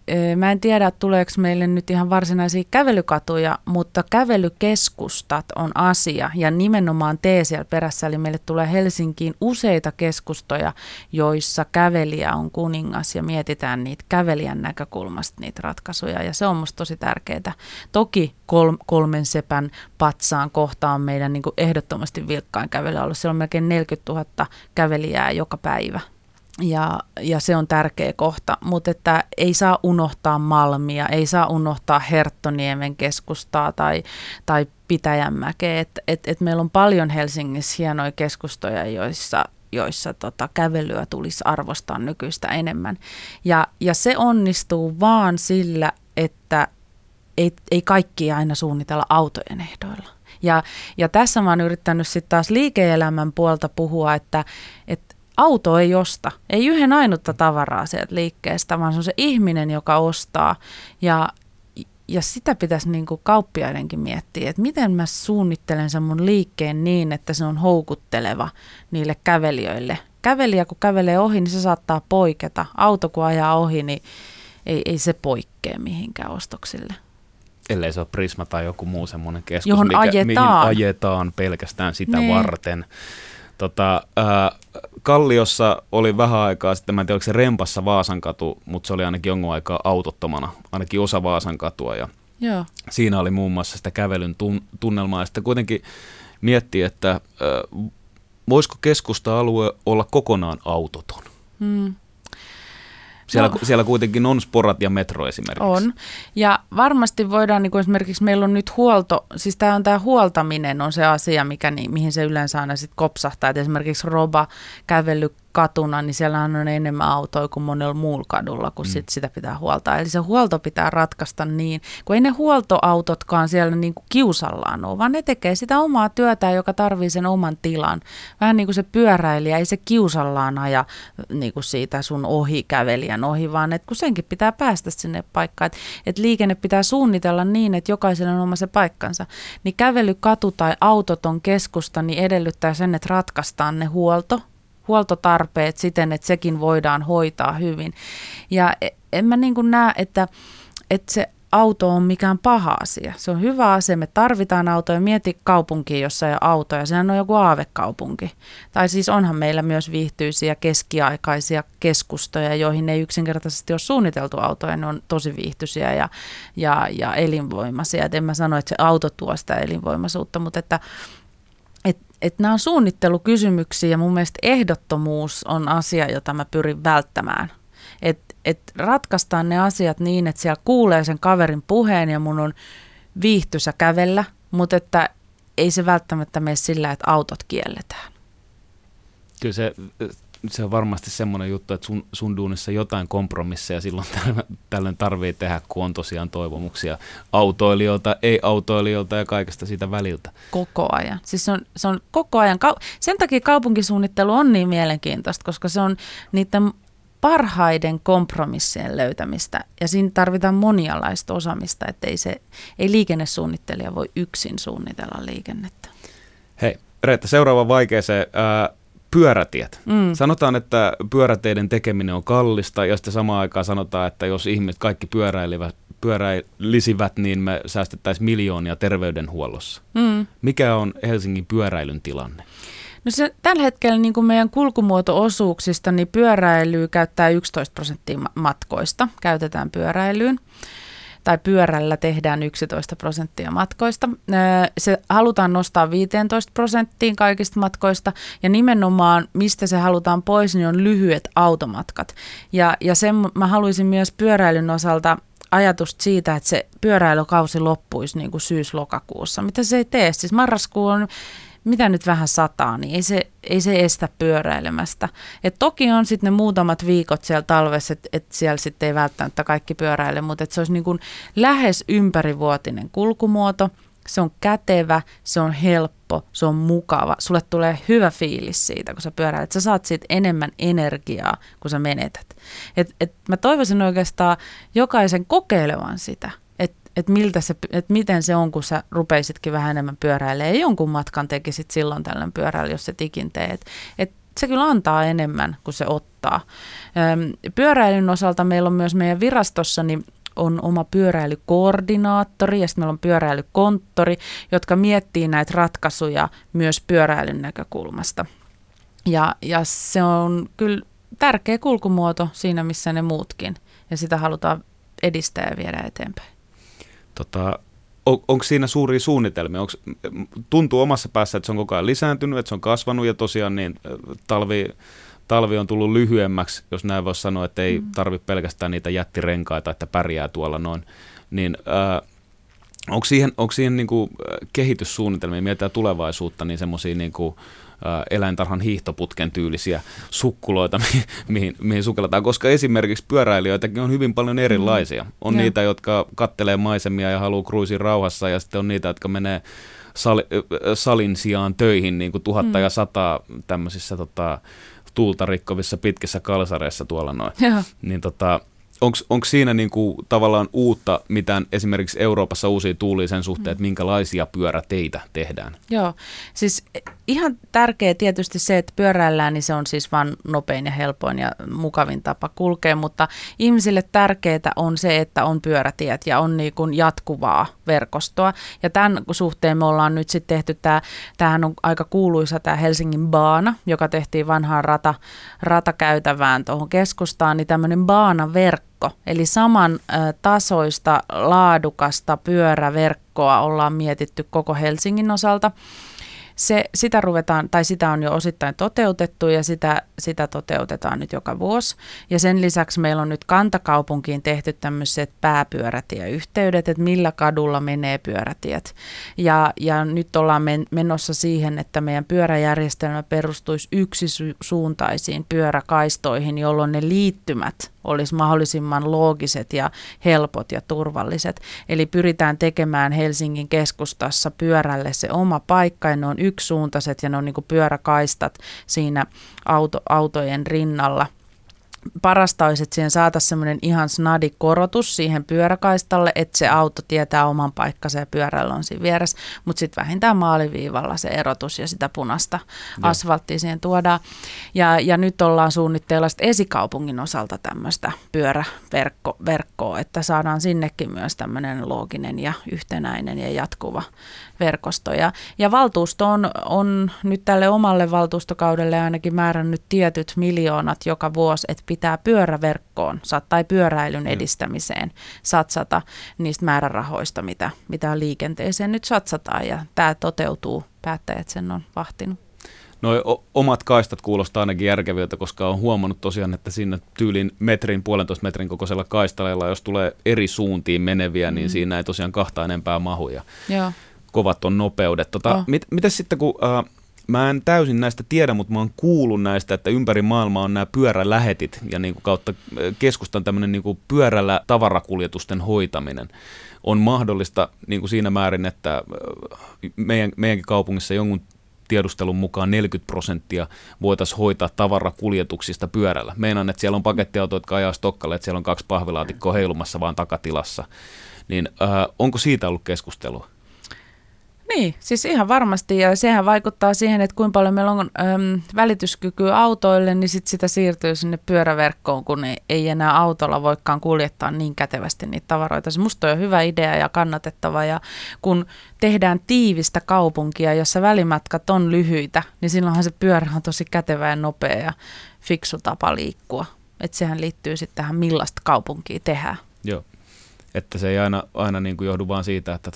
mä en tiedä, tuleeko meille nyt ihan varsinaisia kävelykatuja, mutta kävelykeskustat on asia ja nimenomaan tee siellä perässä. Eli meille tulee Helsinkiin useita keskustoja, joissa kävelijä on kuningas ja mietitään niitä kävelijän näkökulmasta niitä ratkaisuja ja se on musta tosi tärkeää. Toki kolmen sepän patsaan kohta on meidän niin kuin ehdottomasti vilkkain kävelyalue. Siellä on melkein 40 000 kävelijää joka päivä. Ja se on tärkeä kohta, mutta että ei saa unohtaa Malmia, ei saa unohtaa Herttoniemen keskustaa tai Pitäjänmäkeä. Et meillä on paljon Helsingissä hienoja keskustoja, joissa kävelyä tulisi arvostaa nykyistä enemmän. Ja se onnistuu vaan sillä, että ei kaikki aina suunnitella autojen ehdoilla. Ja tässä mä oon yrittänyt sitten taas liike-elämän puolta puhua, että auto ei osta, ei yhden ainutta tavaraa sieltä liikkeestä, vaan se on se ihminen, joka ostaa. Ja sitä pitäisi niin kuin kauppiaidenkin miettiä, että miten mä suunnittelen sen mun liikkeen niin, että se on houkutteleva niille kävelijöille. Kävelijä kun kävelee ohi, niin se saattaa poiketa. Auto kun ajaa ohi, niin ei se poikkea mihinkään ostoksille. Ellei se ole Prisma tai joku muu semmoinen keskus, mihin ajetaan pelkästään sitä varten. Kalliossa oli vähän aikaa sitten, mä en tiedä, oliko se Rempassa Vaasankatu, mutta se oli ainakin jonkun aikaa autottomana, ainakin osa Vaasankatua. Ja joo. Siinä oli muun muassa sitä kävelyn tunnelmaa. Ja sitten kuitenkin miettii, että voisiko keskusta-alue olla kokonaan autoton? Siellä kuitenkin on sporat ja metro esimerkiksi. On. Ja varmasti voidaan, niin kuin esimerkiksi meillä on nyt huolto, siis tämä huoltaminen on se asia, mihin se yleensä aina sitten kopsahtaa. Et esimerkiksi Roba kävelykatuna, niin siellä on enemmän autoja kuin monella muulla kadulla, kun sitä pitää huoltaa. Eli se huolto pitää ratkaista niin, kun ei ne huoltoautotkaan siellä niin kuin kiusallaan ole, vaan ne tekee sitä omaa työtään, joka tarvii sen oman tilan. Vähän niin kuin se pyöräilijä, ei se kiusallaan aja niin kuin siitä sun kävelijän ohi, vaan että kun senkin pitää päästä sinne paikkaan. Että liikenne pitää suunnitella niin, että jokaisella on oma se paikkansa. Niin kävelykatu tai autoton keskusta niin edellyttää sen, että ratkaistaan ne huoltotarpeet siten, että sekin voidaan hoitaa hyvin. Ja en mä niin kuin näe, että se auto on mikään paha asia. Se on hyvä asia, me tarvitaan autoja. Mieti kaupunkia, jossa ei ole autoja. Sehän on joku aavekaupunki. Tai siis onhan meillä myös viihtyisiä keskiaikaisia keskustoja, joihin ei yksinkertaisesti ole suunniteltu autoja. Ne on tosi viihtyisiä ja elinvoimaisia. Et en mä sano, että se auto tuo sitä elinvoimaisuutta, mutta että nämä on suunnittelukysymyksiä ja mun mielestä ehdottomuus on asia, jota mä pyrin välttämään. Että ratkaistaan ne asiat niin, että siellä kuulee sen kaverin puheen ja mun on viihtyisä kävellä, mutta että ei se välttämättä mene sillä, että autot kielletään. Kyllä se on varmasti semmoinen juttu, että sun duunissa jotain kompromisseja silloin tällöin tarvii tehdä, kun on tosiaan toivomuksia autoilijoilta, ei-autoilijoilta ja kaikesta siitä väliltä. Koko ajan. Siis se on koko ajan. Sen takia kaupunkisuunnittelu on niin mielenkiintoista, koska se on niiden parhaiden kompromissien löytämistä ja siinä tarvitaan monialaista osaamista, että ei liikennesuunnittelija voi yksin suunnitella liikennettä. Hei, Reetta, seuraava vaikeeseen. Pyörätiet. Sanotaan, että pyöräteiden tekeminen on kallista ja sitten samaan aikaan sanotaan, että jos ihmiset kaikki pyöräilisivät, niin me säästettäisiin miljoonia terveydenhuollossa. Mikä on Helsingin pyöräilyn tilanne? No se, tällä hetkellä niin kuin meidän kulkumuoto-osuuksista, niin pyöräilyä käyttää 11% matkoista, käytetään pyöräilyyn. Tai pyörällä tehdään 11% matkoista. Se halutaan nostaa 15% kaikista matkoista ja nimenomaan mistä se halutaan pois, niin on lyhyet automatkat. Ja sen mä haluaisin myös pyöräilyn osalta ajatusta siitä, että se pyöräilykausi loppuisi niin kuin syys-lokakuussa. Mitä se ei tee? Siis marraskuu on mitä nyt vähän sataa, niin ei se estä pyöräilemästä. Et toki on sitten ne muutamat viikot siellä talvessa, että siellä sitten ei välttämättä kaikki pyöräile, mutta se olisi niin kuin lähes ympärivuotinen kulkumuoto. Se on kätevä, se on helppo, se on mukava. Sulle tulee hyvä fiilis siitä, kun sä pyöräilet. Sä saat siitä enemmän energiaa, kun sä menetät. Mä toivoisin oikeastaan jokaisen kokeilevan sitä. Että miten se on, kun sä rupeisitkin vähän enemmän pyöräilemään. Jonkun matkan tekisit silloin tällöin pyöräillä, jos se ikin teet. se kyllä antaa enemmän kuin se ottaa. Pyöräilyn osalta meillä on myös meidän virastossa niin on oma pyöräilykoordinaattori ja sitten meillä on pyöräilykonttori, jotka miettii näitä ratkaisuja myös pyöräilyn näkökulmasta. Ja se on kyllä tärkeä kulkumuoto siinä, missä ne muutkin. Ja sitä halutaan edistää ja viedä eteenpäin. Onko siinä suuria suunnitelmia? Tuntuu omassa päässä, että se on koko ajan lisääntynyt, että se on kasvanut ja tosiaan niin talvi on tullut lyhyemmäksi, jos näin voisi sanoa, että ei tarvitse pelkästään niitä jättirenkaita, että pärjää tuolla noin. Niin, onko siihen niin kuin kehityssuunnitelmia, mietitään tulevaisuutta, niin semmoisia niin kuin eläintarhan hiihtoputken tyylisiä sukkuloita, mihin sukelletaan, koska esimerkiksi pyöräilijöitäkin on hyvin paljon erilaisia. On niitä, jotka kattelee maisemia ja haluaa cruisin rauhassa, ja sitten on niitä, jotka menee salin sijaan töihin niin kuin 1000 ja 100 tämmöisissä tuulta rikkovissa pitkissä kalsareissa tuolla noin. Niin onko siinä niinku tavallaan uutta mitään esimerkiksi Euroopassa uusia tuulia sen suhteen, että minkälaisia pyöräteitä tehdään? Joo, siis ihan tärkeä tietysti se, että pyöräillään, niin se on siis vaan nopein ja helpoin ja mukavin tapa kulkea, mutta ihmisille tärkeää on se, että on pyörätiet ja on niin kuin jatkuvaa verkostoa. Ja tämän suhteen me ollaan nyt sitten tehty, tämähän on aika kuuluisa tämä Helsingin baana, joka tehtiin vanhaan ratakäytävään tuohon keskustaan, niin tämmöinen baanaverkko. Eli saman tasoista, laadukasta pyöräverkkoa ollaan mietitty koko Helsingin osalta. Sitä on jo osittain toteutettu ja sitä toteutetaan nyt joka vuosi. Ja sen lisäksi meillä on nyt kantakaupunkiin tehty tämmöiset pääpyörätieyhteydet, että millä kadulla menee pyörätiet. Ja nyt ollaan menossa siihen, että meidän pyöräjärjestelmä perustuisi yksisuuntaisiin pyöräkaistoihin, jolloin ne liittymät olisi mahdollisimman loogiset ja helpot ja turvalliset. Eli pyritään tekemään Helsingin keskustassa pyörälle se oma paikka, ja ne on yksisuuntaiset ja ne on niin kuin pyöräkaistat siinä autojen rinnalla. Parasta olisi, että siihen saataisiin semmoinen ihan snadi korotus siihen pyöräkaistalle, että se auto tietää oman paikkansa ja pyörällä on siinä vieressä, mutta sitten vähintään maaliviivalla se erotus ja sitä punaista asfalttia siihen tuodaan. Ja nyt ollaan suunnitteilla esikaupungin osalta tämmöistä pyöräverkkoa, että saadaan sinnekin myös tämmöinen looginen ja yhtenäinen ja jatkuva verkosto. Ja valtuusto on nyt tälle omalle valtuustokaudelle ainakin määrännyt tietyt miljoonat joka vuosi, että pitää pyöräverkkoon tai pyöräilyn edistämiseen satsata niistä määrärahoista, mitä liikenteeseen nyt satsataan. Ja tämä toteutuu, päättäjät sen on vahtinut. No omat kaistat kuulostaa ainakin järkeviltä, koska on huomannut tosiaan, että siinä tyylin 1,5 metrin kokoisella kaistaleella, jos tulee eri suuntiin meneviä, niin siinä ei tosiaan kahta enempää mahu. Joo. Kovat on nopeudet. Mites sitten, kun mä en täysin näistä tiedä, mutta mä oon kuullut näistä, että ympäri maailmaa on nämä pyörälähetit ja niin kuin kautta keskustan tämmöinen niin kuin pyörällä tavarakuljetusten hoitaminen on mahdollista niin kuin siinä määrin, että meidänkin kaupungissa jonkun tiedustelun mukaan 40% voitaisiin hoitaa tavarakuljetuksista pyörällä. Meinaan, että siellä on pakettiautoja, jotka ajaa Stokkalle, että siellä on 2 pahvilaatikkoa heilumassa vaan takatilassa. Niin onko siitä ollut keskustelua? Niin, siis ihan varmasti, ja sehän vaikuttaa siihen, että kuinka paljon meillä on välityskykyä autoille, niin sitä siirtyy sinne pyöräverkkoon, kun ei enää autolla voikaan kuljettaa niin kätevästi niitä tavaroita. Se musta on hyvä idea ja kannatettava, ja kun tehdään tiivistä kaupunkia, jossa välimatkat on lyhyitä, niin silloinhan se pyörä on tosi kätevä ja nopea ja fiksu tapa liikkua. Että sehän liittyy sitten tähän, millaista kaupunkia tehdään. Joo, että se ei aina niin kuin johdu vaan siitä, että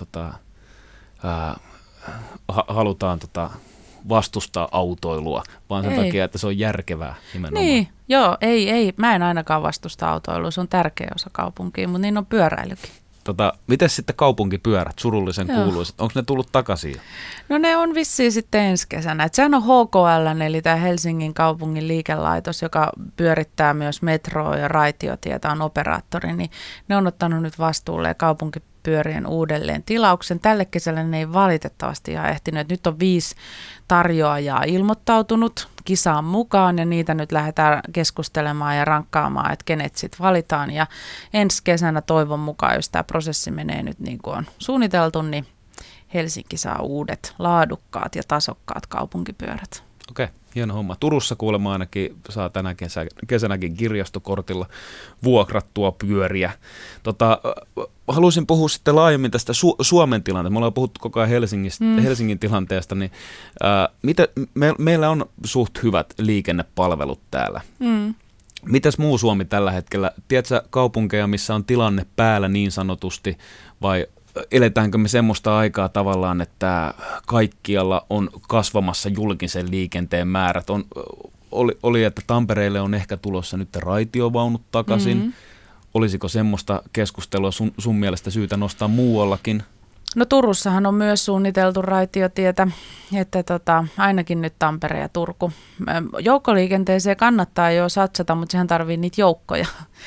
halutaan vastustaa autoilua, vaan sen takia, että se on järkevää nimenomaan. Niin, joo, ei. Mä en ainakaan vastusta autoilua, se on tärkeä osa kaupunkia, mutta niin on pyöräilykin. Miten sitten kaupunkipyörät, surullisen kuuluiset, onko ne tullut takaisin? No ne on vissiin sitten ensi kesänä. Et sehän on HKL, eli tämä Helsingin kaupungin liikelaitos, joka pyörittää myös metroa ja raitiotietä, on operaattori, niin ne on ottanut nyt vastuulle kaupunkipyörien uudelleen tilauksen. Tälle kesällä ne ei valitettavasti ihan ehtinyt. Nyt on 5 tarjoajaa ilmoittautunut kisaan mukaan ja niitä nyt lähdetään keskustelemaan ja rankkaamaan, että kenet sitten valitaan. Ja ensi kesänä toivon mukaan, jos tämä prosessi menee nyt niin kuin on suunniteltu, niin Helsinki saa uudet laadukkaat ja tasokkaat kaupunkipyörät. Okei, Hieno homma. Turussa kuulemma ainakin saa tänä kesänäkin kirjastokortilla vuokrattua pyöriä. Haluaisin puhua sitten laajemmin tästä Suomen tilanteesta. Me ollaan puhuttu koko ajan Helsingin tilanteesta, niin meillä on suht hyvät liikennepalvelut täällä. Mitäs muu Suomi tällä hetkellä? Tiedätkö kaupunkeja, missä on tilanne päällä niin sanotusti, vai eletäänkö me semmoista aikaa tavallaan, että kaikkialla on kasvamassa julkisen liikenteen määrät? Oli, että Tampereelle on ehkä tulossa nyt raitiovaunut takaisin. Olisiko semmoista keskustelua sun mielestä syytä nostaa muuallakin? No Turussahan on myös suunniteltu raitiotietä, että ainakin nyt Tampere ja Turku. Joukkoliikenteeseen kannattaa jo satsata, mutta sehän tarvii niitä joukkoja.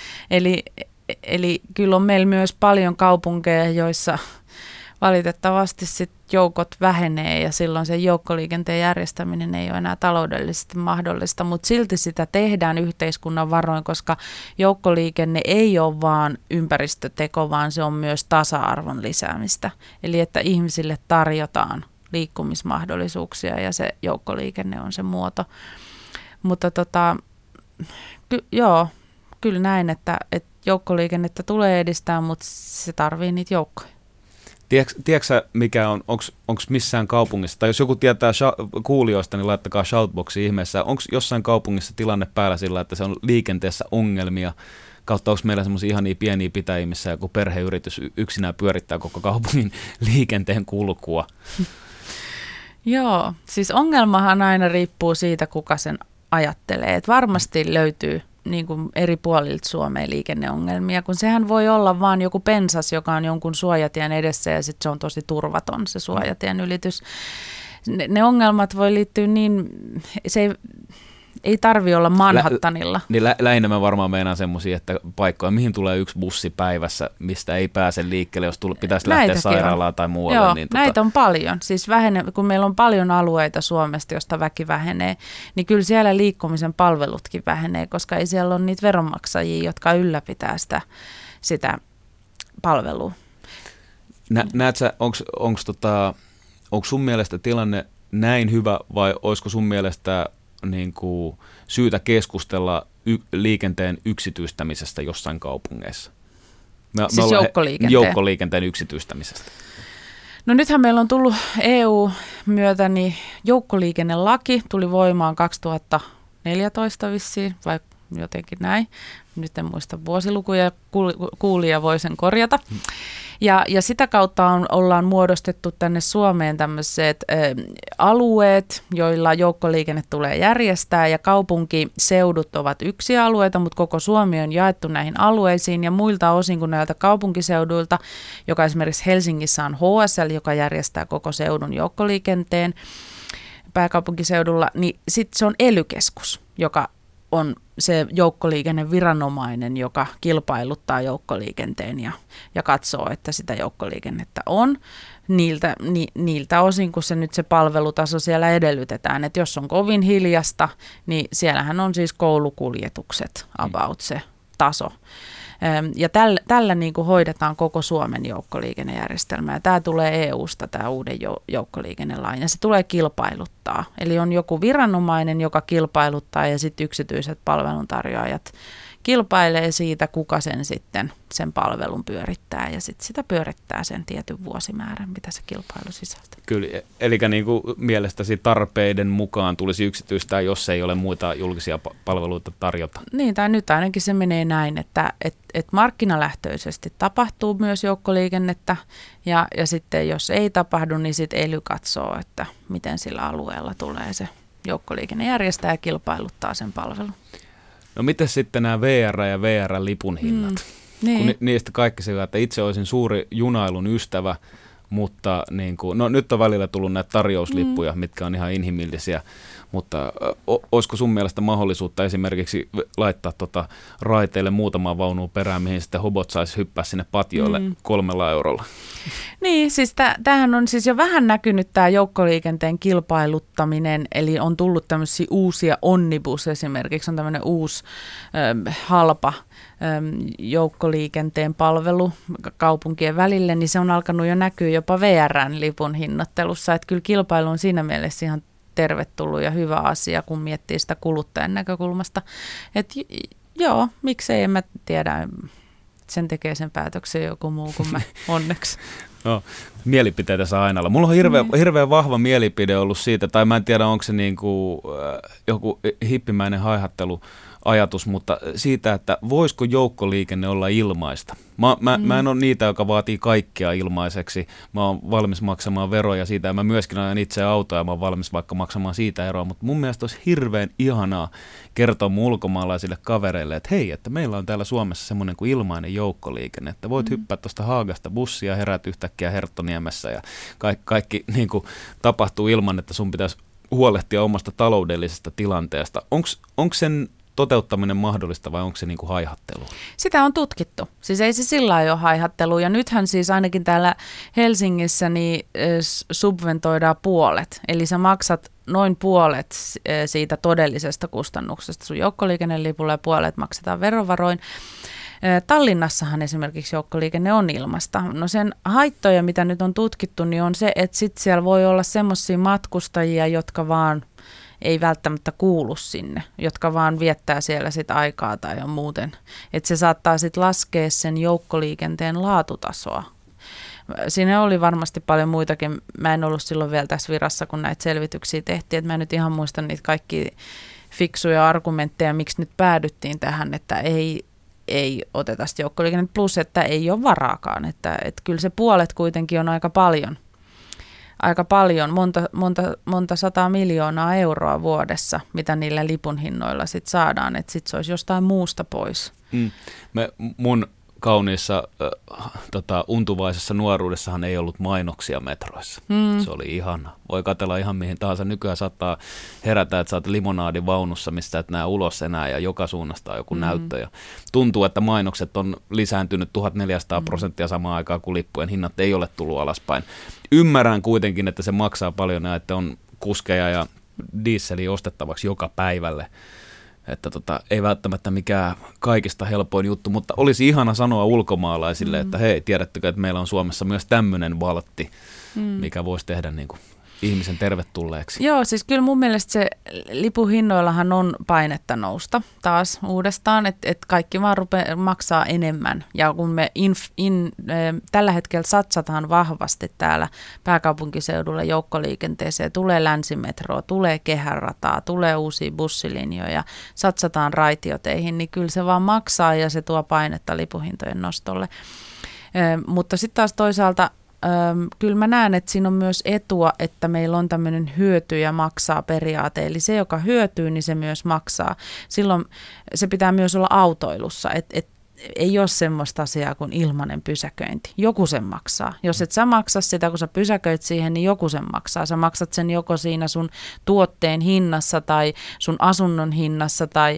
Eli kyllä on meillä myös paljon kaupunkeja, joissa valitettavasti sit joukot vähenee ja silloin se joukkoliikenteen järjestäminen ei ole enää taloudellisesti mahdollista, mutta silti sitä tehdään yhteiskunnan varoin, koska joukkoliikenne ei ole vaan ympäristöteko, vaan se on myös tasa-arvon lisäämistä. Eli että ihmisille tarjotaan liikkumismahdollisuuksia ja se joukkoliikenne on se muoto. Mutta kyllä näin, että joukkoliikennettä tulee edistää, mutta se tarvii niitä joukkoja. Tiedätkö mikä on, onko missään kaupungissa, tai jos joku tietää kuulijoista, niin laittakaa shoutboxiin ihmeessä, onko jossain kaupungissa tilanne päällä sillä, että se on liikenteessä ongelmia, kautta onko meillä semmoisia ihania pieniä pitäjiä, missä joku perheyritys yksinään pyörittää koko kaupungin liikenteen kulkua? Joo, siis ongelmahan aina riippuu siitä, kuka sen ajattelee, että varmasti löytyy niin kuin eri puolilta Suomeen liikenneongelmia, kun sehän voi olla vaan joku pensas, joka on jonkun suojatien edessä ja sitten se on tosi turvaton se suojatien ylitys. Ne ongelmat voi liittyä niin, se ei tarvitse olla Manhattanilla. Niin lähinnä mä varmaan meinaan semmoisia, että paikkoja, mihin tulee yksi bussi päivässä, mistä ei pääse liikkeelle, jos pitäisi lähteä sairaalaan tai muualle. Joo, niin näitä on paljon. Siis kun meillä on paljon alueita Suomesta, josta väki vähenee, niin kyllä siellä liikkumisen palvelutkin vähenee, koska ei siellä ole niitä veronmaksajia, jotka ylläpitää sitä palvelua. Näet sä, onko sun mielestä tilanne näin hyvä vai olisiko sun mielestä niin kuin syytä keskustella liikenteen yksityistämisestä jossain kaupungeissa? Siis joukkoliikenteen yksityistämisestä. No nythän meillä on tullut EU-myötä, niin joukkoliikennelaki tuli voimaan 2014 vissiin, vai jotenkin näin. Nyt en muista vuosilukuja, kuulija voi sen korjata. Ja sitä kautta ollaan muodostettu tänne Suomeen tämmöiset alueet, joilla joukkoliikenne tulee järjestää, ja kaupunkiseudut ovat yksi alueita, mutta koko Suomi on jaettu näihin alueisiin, ja muilta osin kuin näiltä kaupunkiseuduilta, joka esimerkiksi Helsingissä on HSL, joka järjestää koko seudun joukkoliikenteen pääkaupunkiseudulla, niin sitten se on ELY-keskus, joka on se joukkoliikenneviranomainen, joka kilpailuttaa joukkoliikenteen ja katsoo, että sitä joukkoliikennettä on niiltä osin, kun se palvelutaso siellä edellytetään. Että jos on kovin hiljasta, niin siellähän on siis koulukuljetukset about se taso. Ja tällä niin kuin hoidetaan koko Suomen joukkoliikennejärjestelmää. Ja tämä tulee EUsta, tämä uuden joukkoliikennelain, ja se tulee kilpailuttaa. Eli on joku viranomainen, joka kilpailuttaa, ja sitten yksityiset palveluntarjoajat kilpailee siitä, kuka sen palvelun pyörittää, ja sitten sitä pyörittää sen tietyn vuosimäärän, mitä se kilpailu sisältää. Kyllä, eli niin kuin mielestäsi tarpeiden mukaan tulisi yksityistää, jos ei ole muita julkisia palveluita tarjota? Niin, tai nyt ainakin se menee näin, että markkinalähtöisesti tapahtuu myös joukkoliikennettä, ja sitten jos ei tapahdu, niin sitten ELY katsoo, että miten sillä alueella tulee se joukkoliikenne järjestää ja kilpailuttaa sen palvelun. No miten sitten nämä VR ja VR-lipun hinnat? Niin. Kun niistä kaikki sillä, että itse olisin suuri junailun ystävä, mutta niin kuin, no nyt on välillä tullut näitä tarjouslippuja, mitkä on ihan inhimillisiä, mutta olisiko sun mielestä mahdollisuutta esimerkiksi laittaa raiteille muutamaa vaunua perään, mihin sitten hobot saisi hyppää sinne patioille 3 eurolla? Niin, siis tämähän on siis jo vähän näkynyt tämä joukkoliikenteen kilpailuttaminen, eli on tullut tämmöisiä uusia Onnibus esimerkiksi, on tämmöinen uusi halpa joukkoliikenteen palvelu kaupunkien välille, niin se on alkanut jo näkyä jopa VR:n lipun hinnoittelussa, että kyllä kilpailu on siinä mielessä ihan tervetullut ja hyvä asia, kun miettii sitä kuluttajan näkökulmasta. Että joo, miksei, en mä tiedä, sen tekee sen päätöksen joku muu kuin mä, onneksi. No, mielipiteitä saa aina olla. Mulla on hirveän vahva mielipide ollut siitä, tai mä en tiedä, onko se niinku, joku hippimäinen haihatteluajatus, mutta siitä, että voisiko joukkoliikenne olla ilmaista. Mä en ole niitä, joka vaatii kaikkea ilmaiseksi. Mä oon valmis maksamaan veroja siitä, ja mä myöskin ajan itse autoa, ja mä oon valmis vaikka maksamaan siitä eroa, mutta mun mielestä olisi hirveän ihanaa kertoa mun ulkomaalaisille kavereille, että hei, että meillä on täällä Suomessa semmoinen kuin ilmainen joukkoliikenne, että voit hyppää tuosta Haagasta bussia, herät yhtäkkiä Herttoniemessä, ja kaikki niin kuin tapahtuu ilman, että sun pitäisi huolehtia omasta taloudellisesta tilanteesta. Onko sen toteuttaminen mahdollista vai onko se niin kuin haihattelu? Sitä on tutkittu. Siis ei se sillä lailla ole haihattelu. Ja nythän siis ainakin täällä Helsingissä niin subventoidaan puolet. Eli sä maksat noin puolet siitä todellisesta kustannuksesta sun joukkoliikennelipulla ja puolet maksetaan verovaroin. Tallinnassahan esimerkiksi joukkoliikenne on ilmasta. No sen haittoja, mitä nyt on tutkittu, niin on se, että sit siellä voi olla semmoisia matkustajia, jotka vaan ei välttämättä kuulu sinne, jotka vaan viettää siellä sit aikaa tai on muuten. Että se saattaa sitten laskea sen joukkoliikenteen laatutasoa. Siinä oli varmasti paljon muitakin. Mä en ollut silloin vielä tässä virassa, kun näitä selvityksiä tehtiin. Et mä en nyt ihan muista niitä kaikki fiksuja argumentteja, miksi nyt päädyttiin tähän, että ei oteta sitä joukkoliikennettä, plus että ei ole varaakaan. Että kyllä se puolet kuitenkin on aika paljon. Monta 100 miljoonaa euroa vuodessa, mitä niillä lipun hinnoilla sit saadaan, että sitten se olisi jostain muusta pois. Mun kauniissa untuvaisessa nuoruudessahan ei ollut mainoksia metroissa. Se oli ihana. Voi katsella ihan mihin tahansa. Nykyään saattaa herätä, että sä oot limonaadin vaunussa, mistä et näe ulos enää ja joka suunnasta on joku näyttö. Ja tuntuu, että mainokset on lisääntynyt 1400% samaan aikaan, kun lippujen hinnat ei ole tullut alaspäin. Ymmärrän kuitenkin, että se maksaa paljon ja että on kuskeja ja dieseliä ostettavaksi joka päivälle. Että ei välttämättä mikään kaikista helpoin juttu, mutta olisi ihana sanoa ulkomaalaisille, että hei, tiedättekö, että meillä on Suomessa myös tämmöinen valtti, mikä voisi tehdä niin kuin ihmisen tervetulleeksi. Joo, siis kyllä mun mielestä se lipuhinnoillahan on painetta nousta taas uudestaan, että kaikki vaan maksaa enemmän. Ja kun me tällä hetkellä satsataan vahvasti täällä pääkaupunkiseudulla joukkoliikenteeseen, tulee länsimetroa, tulee kehärataa, tulee uusia bussilinjoja, satsataan raitioteihin, niin kyllä se vaan maksaa ja se tuo painetta lipuhintojen nostolle. Mutta sitten taas toisaalta kyllä mä näen, että siinä on myös etua, että meillä on tämmöinen hyöty ja maksaa periaate. Eli se, joka hyötyy, niin se myös maksaa. Silloin se pitää myös olla autoilussa, että ei ole semmoista asiaa kuin ilmainen pysäköinti. Joku sen maksaa. Jos et sä maksa sitä, kun sä pysäköit siihen, niin joku sen maksaa. Sä maksat sen joko siinä sun tuotteen hinnassa tai sun asunnon hinnassa tai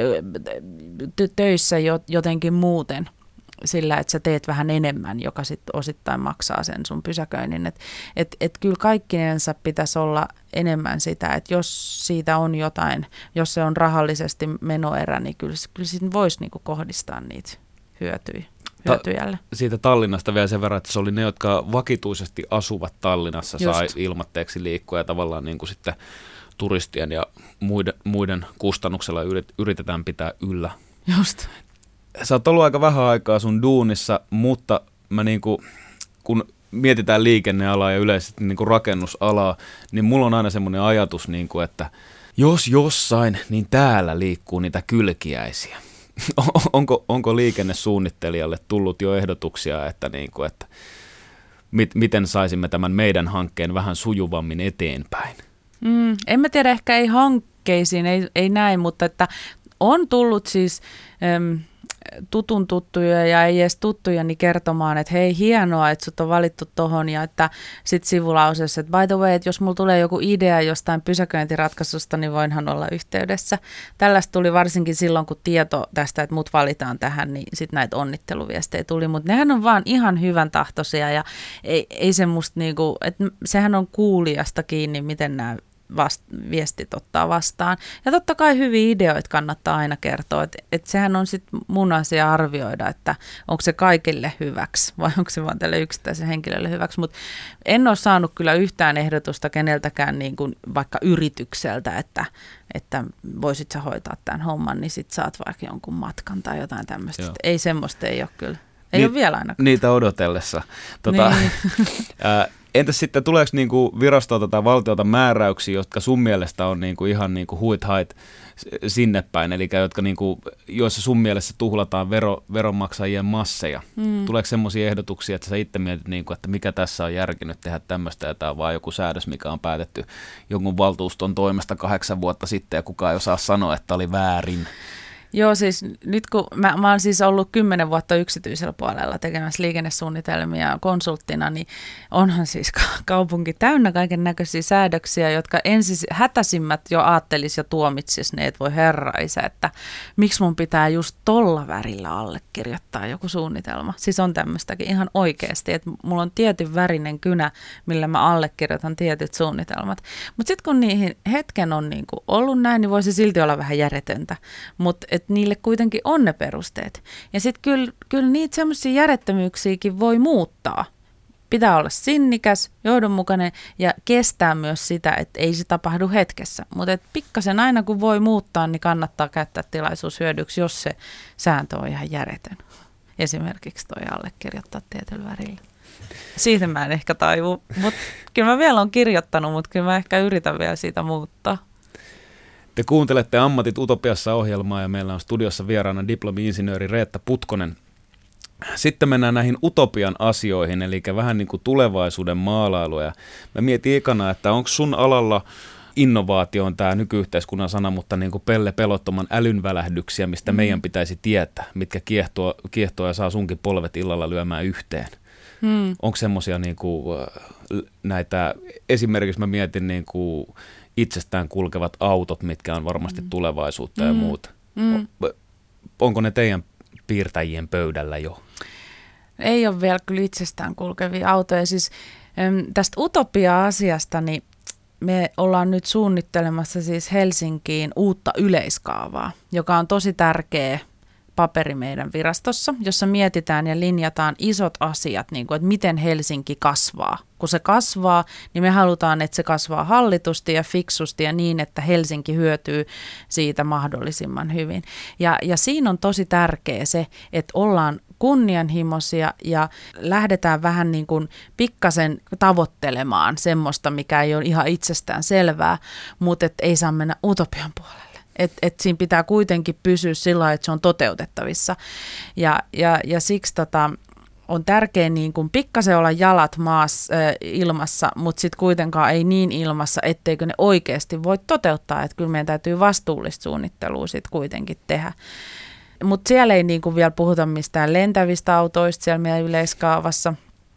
töissä jotenkin muuten. Sillä, että sä teet vähän enemmän, joka sitten osittain maksaa sen sun pysäköinnin. Et kyllä kaikkinensa pitäisi olla enemmän sitä, että jos siitä on jotain, jos se on rahallisesti menoerä, niin kyllä siitä voisi niinku kohdistaa niitä hyötyjälle. Siitä Tallinnasta vielä sen verran, että se oli ne, jotka vakituisesti asuvat Tallinnassa, sai ilmatteeksi liikkua ja tavallaan niin kuin sitten turistien ja muiden kustannuksella yritetään pitää yllä. Just. Sä oot ollut aika vähän aikaa sun duunissa, mutta mä niinku, kun mietitään liikennealaa ja yleisesti niinku rakennusalaa, niin mulla on aina semmoinen ajatus, niinku, että jos jossain, niin täällä liikkuu niitä kylkiäisiä. Onko liikennesuunnittelijalle tullut jo ehdotuksia, että miten saisimme tämän meidän hankkeen vähän sujuvammin eteenpäin? En mä tiedä, ehkä ei hankkeisiin, ei näin, mutta että on tullut siis tuttuja ja ei edes tuttuja niin kertomaan, että hei, hienoa, että sut on valittu tohon ja että sit sivulauseessa, että by the way, että jos mulla tulee joku idea jostain pysäköintiratkaisusta, niin voinhan olla yhteydessä. Tällaista tuli varsinkin silloin, kun tieto tästä, että mut valitaan tähän, niin sit näitä onnitteluviestejä tuli, mutta nehän on vaan ihan hyvän tahtoisia ja ei semmoista niinku, että sehän on kuulijasta kiinni, miten nämä viestit ottaa vastaan. Ja totta kai hyviä ideoita kannattaa aina kertoa, että sehän on sitten mun asia arvioida, että onko se kaikille hyväksi vai onko se vaan tälle yksittäiselle henkilölle hyväksi. Mutta en ole saanut kyllä yhtään ehdotusta keneltäkään niin kuin vaikka yritykseltä, että voisit sä hoitaa tämän homman, niin sit saat vaikka jonkun matkan tai jotain tämmöistä. Ei semmoista ei ole kyllä. Ei ole vielä ainakaan. Niitä odotellessa. Niin. Entäs sitten tuleeko niinku virastolta tai valtiolta määräyksiä, jotka sun mielestä on niinku ihan niinku huit hait sinne päin, eli jotka niinku, joissa sun mielestä tuhlataan veronmaksajien masseja? Tuleeko semmoisia ehdotuksia, että sä itse mietit, niinku, että mikä tässä on järkinyt tehdä tämmöistä, ja tämä on vaan joku säädös, mikä on päätetty jonkun valtuuston toimesta 8 vuotta sitten, ja kukaan ei osaa sanoa, että oli väärin? Joo, siis nyt kun mä oon siis ollut 10 vuotta yksityisellä puolella tekemässä liikennesuunnitelmia konsulttina, niin onhan siis kaupunki täynnä kaiken näköisiä säädöksiä, jotka hätäisimmät jo aattelis ja tuomitsis ne, että voi herra isä, että miksi mun pitää just tolla värillä allekirjoittaa joku suunnitelma. Siis on tämmöistäkin ihan oikeasti, että mulla on tietyn värinen kynä, millä mä allekirjoitan tietyt suunnitelmat. Mutta sitten kun niihin hetken on niinku ollut näin, niin voisi silti olla vähän järjetöntä, mutta että niille kuitenkin on ne perusteet. Ja sitten kyllä niitä semmoisia järjettömyyksiäkin voi muuttaa. Pitää olla sinnikäs, johdonmukainen ja kestää myös sitä, että ei se tapahdu hetkessä. Mutta pikkasen aina kun voi muuttaa, niin kannattaa käyttää tilaisuus hyödyksi, jos se sääntö on ihan järjetön. Esimerkiksi toi allekirjoittaa tietyllä värillä. Siitä mä en ehkä taivu, mutta kyllä mä vielä olen kirjoittanut, mutta kyllä mä ehkä yritän vielä siitä muuttaa. Te kuuntelette Ammatit Utopiassa -ohjelmaa ja meillä on studiossa vieraana diplomi-insinööri Reetta Putkonen. Sitten mennään näihin utopian asioihin, eli vähän niin kuin tulevaisuuden maalailuja. Mä mietin ekana, että onko sun alalla innovaatio on tämä nykyyhteiskunnan sana, mutta niin kuin pelottoman älynvälähdyksiä, mistä meidän pitäisi tietää, mitkä kiehtoo ja saa sunkin polvet illalla lyömään yhteen. Onko semmoisia niin kuin näitä, esimerkiksi mä mietin niin kuin itsestään kulkevat autot, mitkä on varmasti tulevaisuutta ja muuta. Onko ne teidän piirtäjien pöydällä jo? Ei ole vielä kyllä itsestään kulkevia autoja. Siis tästä utopia-asiasta, niin me ollaan nyt suunnittelemassa siis Helsinkiin uutta yleiskaavaa, joka on tosi tärkeä paperi meidän virastossa, jossa mietitään ja linjataan isot asiat, niin kuin, että miten Helsinki kasvaa. Kun se kasvaa, niin me halutaan, että se kasvaa hallitusti ja fiksusti ja niin, että Helsinki hyötyy siitä mahdollisimman hyvin. Ja siinä on tosi tärkeä se, että ollaan kunnianhimoisia ja lähdetään vähän niin kuin pikkasen tavoittelemaan semmoista, mikä ei ole ihan itsestään selvää, mutta et ei saa mennä utopian puolelle. Että siinä pitää kuitenkin pysyä sillä lailla, että se on toteutettavissa. Ja siksi on tärkeää niin kuin pikkasen olla jalat ilmassa, mutta sitten kuitenkaan ei niin ilmassa, etteikö ne oikeasti voi toteuttaa. Että kyllä meidän täytyy vastuullista suunnittelua sitten kuitenkin tehdä. Mutta siellä ei niin kuin vielä puhuta mistään lentävistä autoista siellä meidän yleiskaavassa.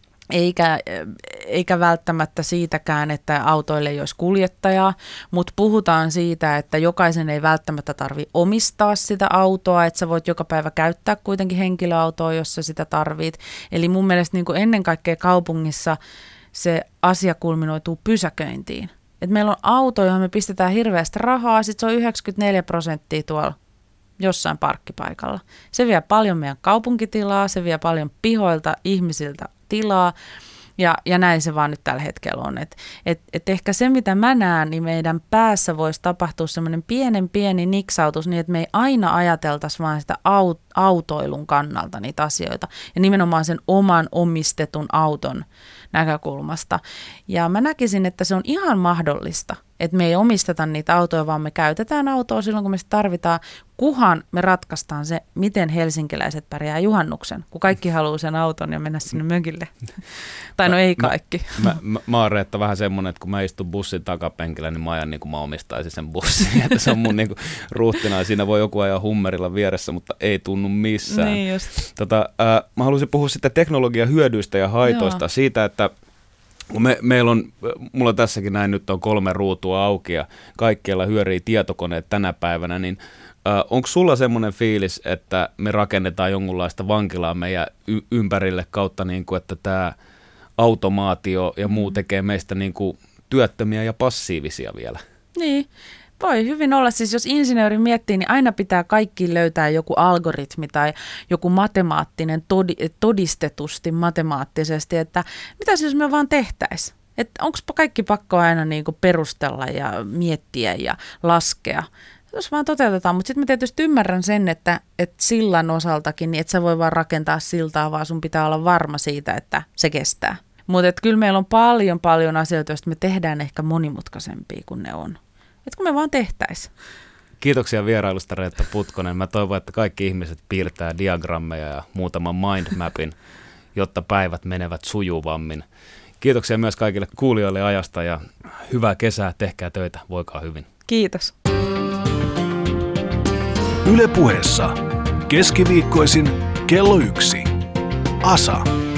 Eikä välttämättä siitäkään, että autoille ei olisi kuljettajaa, mutta puhutaan siitä, että jokaisen ei välttämättä tarvitse omistaa sitä autoa, että sä voit joka päivä käyttää kuitenkin henkilöautoa, jos sä sitä tarvit. Eli mun mielestä niin kuin ennen kaikkea kaupungissa se asia kulminoituu pysäköintiin. Et meillä on auto, johon me pistetään hirveästi rahaa, sitten se on 94% tuolla jossain parkkipaikalla. Se vie paljon meidän kaupunkitilaa, se vie paljon pihoilta ihmisiltä tilaa ja näin se vaan nyt tällä hetkellä on. Et ehkä se, mitä mä näen, niin meidän päässä voisi tapahtua semmoinen pieni niksautus niin, että me ei aina ajateltaisi vaan sitä autoilun kannalta niitä asioita ja nimenomaan sen oman omistetun auton näkökulmasta. Ja mä näkisin, että se on ihan mahdollista, että me ei omisteta niitä autoja, vaan me käytetään autoa silloin, kun me sitä tarvitaan, kunhan me ratkaistaan se, miten helsinkiläiset pärjää juhannuksen, kun kaikki haluaa sen auton ja mennä sinne mökille. Tai no ei kaikki. Mä oon Reetta vähän semmoinen, että kun mä istun bussin takapenkillä, niin mä ajan niin kuin mä omistaisin sen bussin. Että se on mun niin kuin ruhtina. Siinä voi joku ajaa hummerilla vieressä, mutta ei tunnu missään. Niin just. Mä haluaisin puhua sitten teknologian hyödyistä ja haitoista. Joo. Siitä, että mulla tässäkin näin nyt on 3 ruutua auki ja kaikkialla hyörii tietokoneet tänä päivänä, niin onko sulla semmoinen fiilis, että me rakennetaan jonkunlaista vankilaa meidän ympärille kautta, niin kuin, että tämä automaatio ja muu tekee meistä niin kuin työttömiä ja passiivisia vielä. Niin, voi hyvin olla. Siis jos insinööri miettii, niin aina pitää kaikki löytää joku algoritmi tai joku matemaattinen todistetusti matemaattisesti, että mitä siis me vaan tehtäisiin? Että onko kaikki pakko aina niinku perustella ja miettiä ja laskea? Jos vaan toteutetaan, mutta sitten mä tietysti ymmärrän sen, että sillan osaltakin, niin et sä voi vaan rakentaa siltaa, vaan sun pitää olla varma siitä, että se kestää. Mutta kyllä meillä on paljon asioita, joista me tehdään ehkä monimutkaisempia kuin ne on. Että kun me vaan tehtäisiin. Kiitoksia vierailusta, Reetta Putkonen. Mä toivon, että kaikki ihmiset piirtää diagrammeja ja muutaman mindmapin, jotta päivät menevät sujuvammin. Kiitoksia myös kaikille kuulijoille ajasta ja hyvää kesää, tehkää töitä, voikaa hyvin. Kiitos. Yle Puheessa keskiviikkoisin kello 1. ASA.